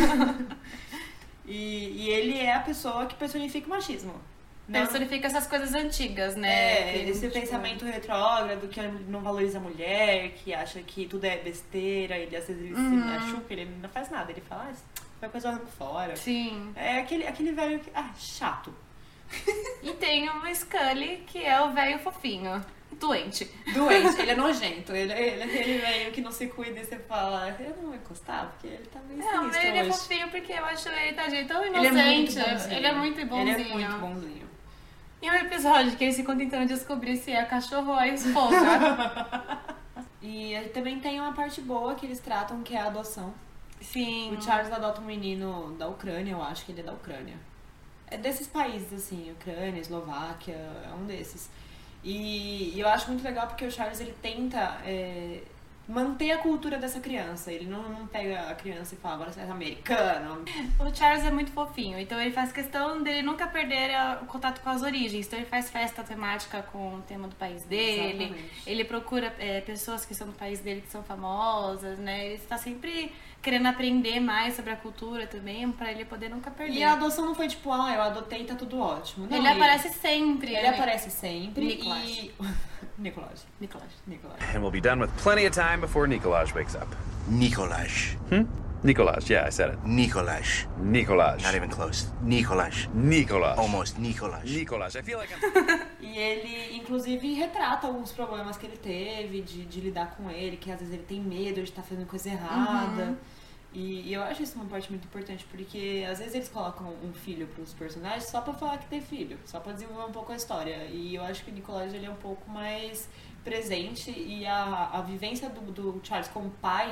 B: E ele é a pessoa que personifica o machismo.
A: Personifica essas coisas antigas, né?
B: Esse pensamento retrógrado que não valoriza a mulher, que acha que tudo é besteira, ele às vezes ele se machuca, ele não faz nada, ele fala, vai coisa arranco fora.
A: Sim.
B: É aquele velho que. chato.
A: E tem o Scully, que é o velho fofinho. Doente,
B: ele é nojento. Ele é aquele velho que não se cuida e você fala, eu não vou encostar, porque ele tá meio sinistro.
A: Não, ele
B: hoje.
A: é fofinho porque eu acho ele, tadinho, tão inocente. Ele é muito bonzinho.
B: Ele é muito bonzinho.
A: E um episódio que eles ficam tentando descobrir se é cachorro ou a esposa.
B: E também tem uma parte boa que eles tratam, que é a adoção.
A: Sim.
B: O Charles adota um menino da Ucrânia, eu acho que ele é da Ucrânia. É desses países, assim, Ucrânia, Eslováquia, é um desses. E eu acho muito legal porque o Charles, ele tenta manter a cultura dessa criança. Ele não pega a criança e fala, agora você é americano.
A: O Charles é muito fofinho, então ele faz questão dele nunca perder o contato com as origens. Então ele faz festa temática com o tema do país dele.
B: Exatamente.
A: Ele procura pessoas que são do país dele, que são famosas, né? Ele está sempre querendo aprender mais sobre a cultura também, pra ele poder nunca perder.
B: E a adoção não foi tipo, eu adotei e tá tudo ótimo. Não,
A: ele aparece sempre.
B: Ele aparece sempre.
A: Nicholas.
B: Nicholas.
I: And we'll be done with plenty of time before Nikolaj wakes up.
J: Nikolaj.
I: Nikolaj, yeah, I said it.
J: Nikolaj.
I: Nikolaj.
J: Not even close. Nikolaj.
I: Nikolaj.
J: Almost. Nikolaj.
I: Nikolaj. I feel like I'm...
B: E ele, inclusive, retrata alguns problemas que ele teve de lidar com ele, que às vezes ele tem medo de estar fazendo coisa errada. E eu acho isso uma parte muito importante, porque às vezes eles colocam um filho pros personagens só pra falar que tem filho, só pra desenvolver um pouco a história. E eu acho que o Nikolaj, ele é um pouco mais presente, e a vivência do Charles como pai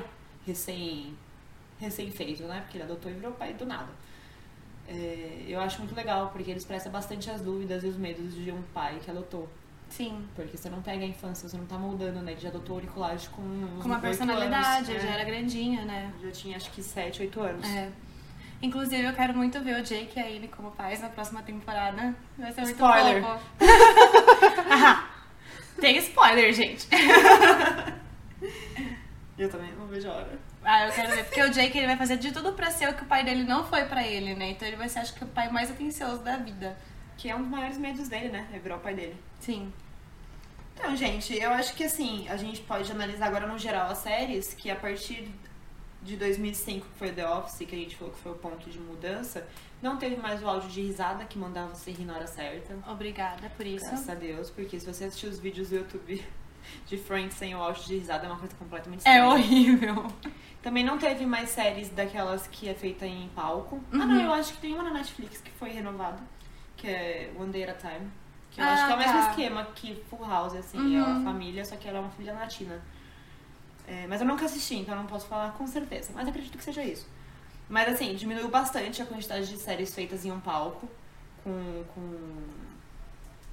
B: recém-feito, né? Porque ele adotou e virou pai do nada. Eu acho muito legal, porque ele expressa bastante as dúvidas e os medos de um pai que adotou.
A: Sim.
B: Porque você não pega a infância, você não tá moldando, né? Ele já adotou o Nikolaj com
A: uma personalidade, ele já era grandinha, né?
B: Já tinha acho que 7, 8 anos.
A: Inclusive, eu quero muito ver o Jake e a Amy como pais na próxima temporada. Vai ser muito
B: Spoiler.
A: fofo. Tem spoiler, gente.
B: Eu também não vejo a hora.
A: Eu quero ver, porque o Jake, ele vai fazer de tudo pra ser o que o pai dele não foi pra ele, né? Então ele vai ser, acho que, o pai mais atencioso da vida.
B: Que é um dos maiores medos dele, né? É virar o pai dele.
A: Sim.
B: Então, gente, eu acho que assim, a gente pode analisar agora no geral as séries, que a partir de 2005, que foi The Office, que a gente falou que foi o ponto de mudança, não teve mais o áudio de risada que mandava você rir na hora certa.
A: Obrigada por isso.
B: Graças a Deus, porque se você assistir os vídeos do YouTube de Friends sem o áudio de risada é uma coisa completamente estranha.
A: É horrível.
B: Também não teve mais séries daquelas que é feita em palco. Não, eu acho que tem uma na Netflix que foi renovada, que é One Day at a Time. Que eu acho que é o mesmo esquema que Full House, assim, é uma família, só que ela é uma família latina. Mas eu nunca assisti, então não posso falar com certeza, mas acredito que seja isso. Mas assim, diminuiu bastante a quantidade de séries feitas em um palco, com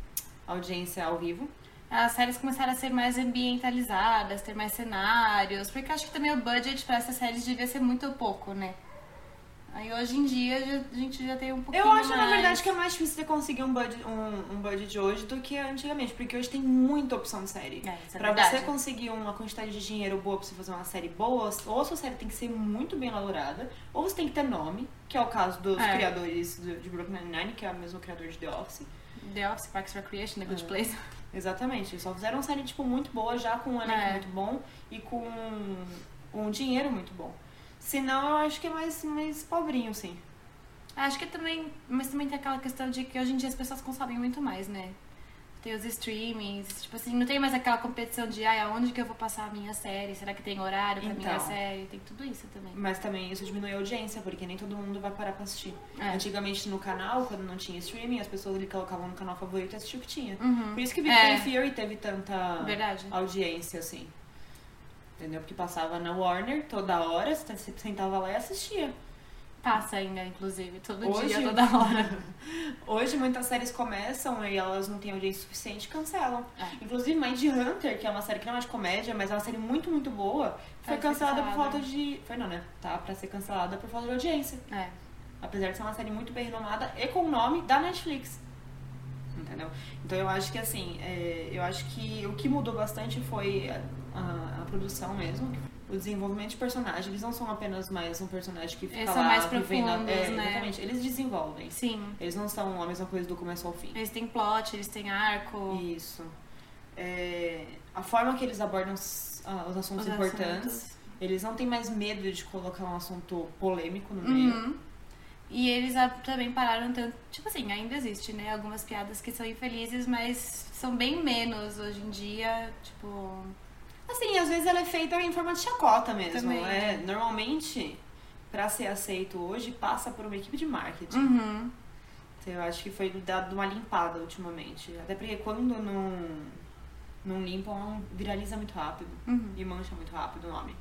B: audiência ao vivo.
A: As séries começaram a ser mais ambientalizadas, ter mais cenários, porque acho que também o budget para essas séries devia ser muito pouco, né? Aí hoje em dia a gente já tem um pouquinho mais.
B: Eu acho, na verdade, que é mais difícil você conseguir um budget hoje do que antigamente, porque hoje tem muita opção de série.
A: Isso é
B: pra
A: verdade.
B: você conseguir uma quantidade de dinheiro boa pra você fazer uma série boa, ou a sua série tem que ser muito bem elaborada, ou você tem que ter nome, que é o caso dos criadores de Brooklyn Nine-Nine, que é o mesmo criador de The Office.
A: The Office, Parks and Recreation, The Good Place.
B: Exatamente, eles só fizeram uma série, tipo, muito boa, já com um elenco muito bom e com um dinheiro muito bom. Senão, eu acho que é mais pobrinho, sim.
A: Acho que também, mas também tem aquela questão de que hoje em dia as pessoas consomem muito mais, né? Tem os streamings, tipo assim, não tem mais aquela competição de aonde que eu vou passar a minha série, será que tem horário pra minha série, tem tudo isso também.
B: Mas também isso diminui a audiência, porque nem todo mundo vai parar pra assistir. Antigamente no canal, quando não tinha streaming, as pessoas ali colocavam no canal favorito e assistiam o que tinha. Por isso que Big Bang Theory teve tanta audiência, assim. Entendeu? Porque passava na Warner toda hora, você sentava lá e assistia.
A: Passa ainda, inclusive, todo dia, toda hora.
B: Hoje muitas séries começam e elas não têm audiência suficiente e cancelam. Inclusive Mindhunter, que é uma série que não é de comédia, mas é uma série muito, muito boa, foi cancelada por falta de... Foi não, né? Tá pra ser cancelada por falta de audiência. Apesar de ser uma série muito bem renomada e com o nome da Netflix. Entendeu? Então eu acho que assim, eu acho que o que mudou bastante foi a produção mesmo, o desenvolvimento de personagens. Eles não são apenas mais um personagem que fica
A: eles
B: lá
A: são mais
B: vivendo,
A: profundos, né?
B: Exatamente, eles desenvolvem.
A: Sim.
B: Eles não são a mesma coisa do começo ao fim.
A: Eles têm plot, eles têm arco.
B: Isso. A forma que eles abordam os assuntos importantes, eles não têm mais medo de colocar um assunto polêmico no meio.
A: E eles também pararam tanto... Tipo assim, ainda existe, né? Algumas piadas que são infelizes, mas são bem menos hoje em dia, tipo...
B: Assim, às vezes ela é feita em forma de chacota mesmo.
A: Também.
B: Normalmente, pra ser aceito hoje, passa por uma equipe de marketing. Então, eu acho que foi dado uma limpada ultimamente. Até porque quando não limpam, viraliza muito rápido. E mancha muito rápido o nome.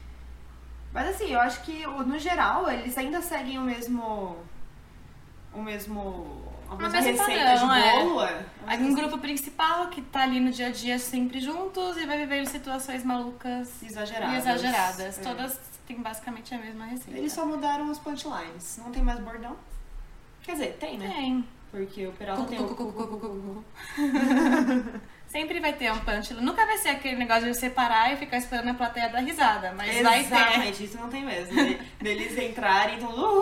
B: Mas assim, eu acho que no geral eles ainda seguem a mesma receita
A: padrão,
B: de bolo.
A: Um grupo principal que tá ali no dia a dia sempre juntos e vai vivendo situações malucas exageradas. Todas têm basicamente a mesma receita.
B: Eles só mudaram os punchlines. Não tem mais bordão. Quer dizer, tem, né?
A: Tem.
B: Porque o Peralta tem o...
A: Sempre vai ter um punchline. Nunca vai ser aquele negócio de você parar e ficar esperando a plateia dar risada, mas vai ter.
B: Exatamente, isso não tem mesmo. Deles entrarem e então...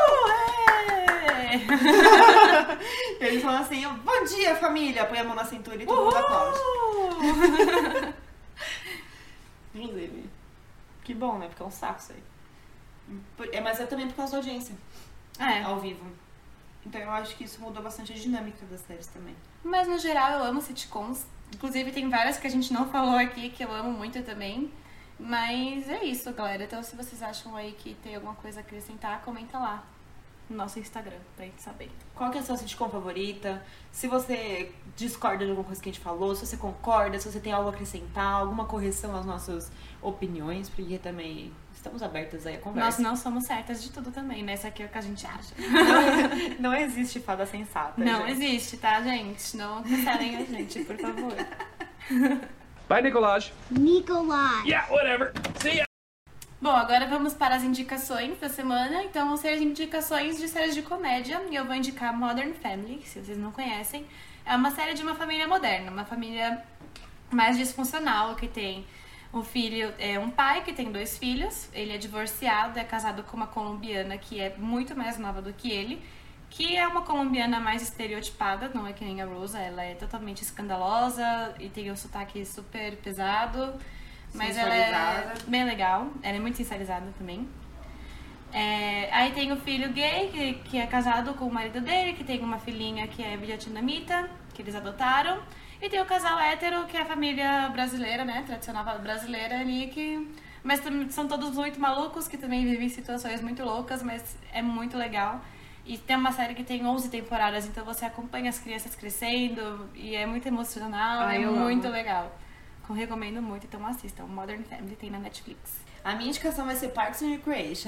B: Eles falam assim, bom dia, família! Põe a mão na cintura e todo mundo aplaude. Inclusive. Que bom, né? Porque é um saco isso aí. Mas é também por causa da audiência. Ao vivo. Então eu acho que isso mudou bastante a dinâmica das séries também.
A: Mas no geral eu amo sitcoms. Inclusive tem várias que a gente não falou aqui que eu amo muito também. Mas é isso, galera. Então se vocês acham aí que tem alguma coisa a acrescentar, comenta lá no nosso Instagram pra gente saber.
B: Qual que é a sua sitcom favorita? Se você discorda de alguma coisa que a gente falou, se você concorda, se você tem algo a acrescentar, alguma correção às nossas opiniões, porque também estamos abertas aí a conversa.
A: Nós não somos certas de tudo também, né? Isso aqui é o que a gente acha.
B: Não existe fada sensata.
A: Não existe, tá, gente? Não cancelem a gente, por favor.
I: Bye, Nicolaj.
D: Nicolaj.
I: Yeah, whatever. See ya.
A: Bom, agora vamos para as indicações da semana. Então vão ser as indicações de séries de comédia. E eu vou indicar Modern Family, que se vocês não conhecem, é uma série de uma família moderna, uma família mais disfuncional, que tem um filho, um pai que tem 2 filhos. Ele é divorciado, é casado com uma colombiana que é muito mais nova do que ele, que é uma colombiana mais estereotipada, não é que nem a Rosa, ela é totalmente escandalosa e tem um sotaque super pesado, mas ela é bem legal, ela é muito sensualizada também. Aí tem o filho gay, que é casado com o marido dele, que tem uma filhinha que é vietnamita, que eles adotaram. E tem o casal hétero, que é a família brasileira, né, tradicional brasileira ali, mas são todos muito malucos, que também vivem situações muito loucas, mas é muito legal. E tem uma série que tem 11 temporadas, então você acompanha as crianças crescendo e é muito emocional, é muito legal. Recomendo muito, então assistam. Modern Family tem na Netflix.
B: A minha indicação vai ser Parks and Recreation.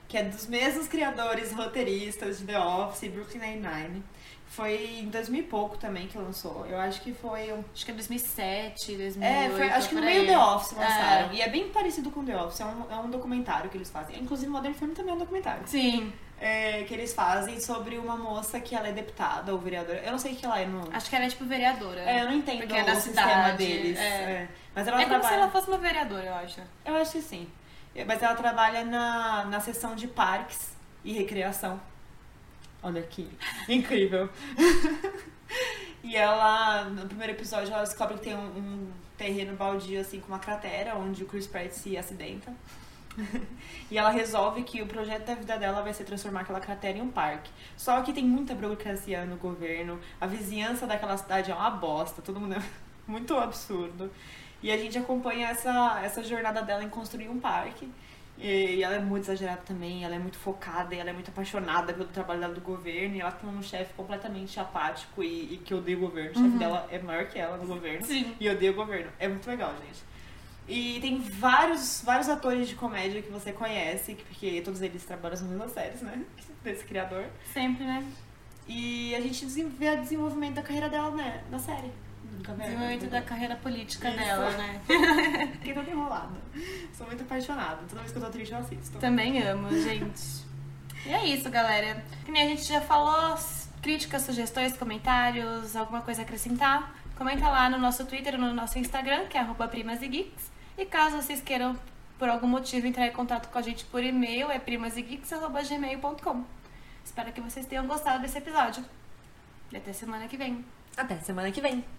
B: que é dos mesmos criadores, roteiristas de The Office e Brooklyn Nine-Nine. Foi em 2000 e pouco também que lançou. Eu acho que foi...
A: Acho que é 2007, 2008.
B: Foi, acho que no meio The Office lançaram. E é bem parecido com The Office. É um documentário que eles fazem. Inclusive, Modern Family também é um documentário.
A: Sim.
B: Que eles fazem sobre uma moça que ela é deputada ou vereadora. Eu não sei o que ela é no...
A: Acho que ela é tipo vereadora.
B: Eu não entendo
A: porque é da
B: o sistema
A: cidade,
B: deles. Mas ela
A: como se ela fosse uma vereadora, eu acho.
B: Eu acho que sim. Mas ela trabalha na seção de parques e recreação. Olha que incrível. E ela, no primeiro episódio, ela descobre que tem um terreno baldio, assim, com uma cratera, onde o Chris Pratt se acidenta. E ela resolve que o projeto da vida dela vai ser transformar aquela cratera em um parque. Só que tem muita burocracia no governo, a vizinhança daquela cidade é uma bosta, todo mundo é muito absurdo. E a gente acompanha essa jornada dela em construir um parque. E ela é muito exagerada também, ela é muito focada, e ela é muito apaixonada pelo trabalho dela do governo, e ela tem um chefe completamente apático e que odeia o governo. O chefe dela é maior que ela no governo.
A: Sim.
B: E odeia o governo. É muito legal, gente. E tem vários atores de comédia que você conhece, porque todos eles trabalham nas mesmas séries, né? Desse criador.
A: Sempre, né?
B: E a gente vê o desenvolvimento da carreira dela, né? Na série.
A: Desenvolvimento da carreira política dela, né?
B: Fiquei toda enrolada. Sou muito apaixonada. Toda vez que eu tô triste, eu assisto.
A: Também amo, gente. E é isso, galera. Que nem a gente já falou, críticas, sugestões, comentários, alguma coisa a acrescentar, comenta lá no nosso Twitter ou no nosso Instagram, que é @primasegeeks. E caso vocês queiram, por algum motivo, entrar em contato com a gente por e-mail, é primasegeeks@gmail.com. Espero que vocês tenham gostado desse episódio. E até semana que vem.
B: Até semana que vem.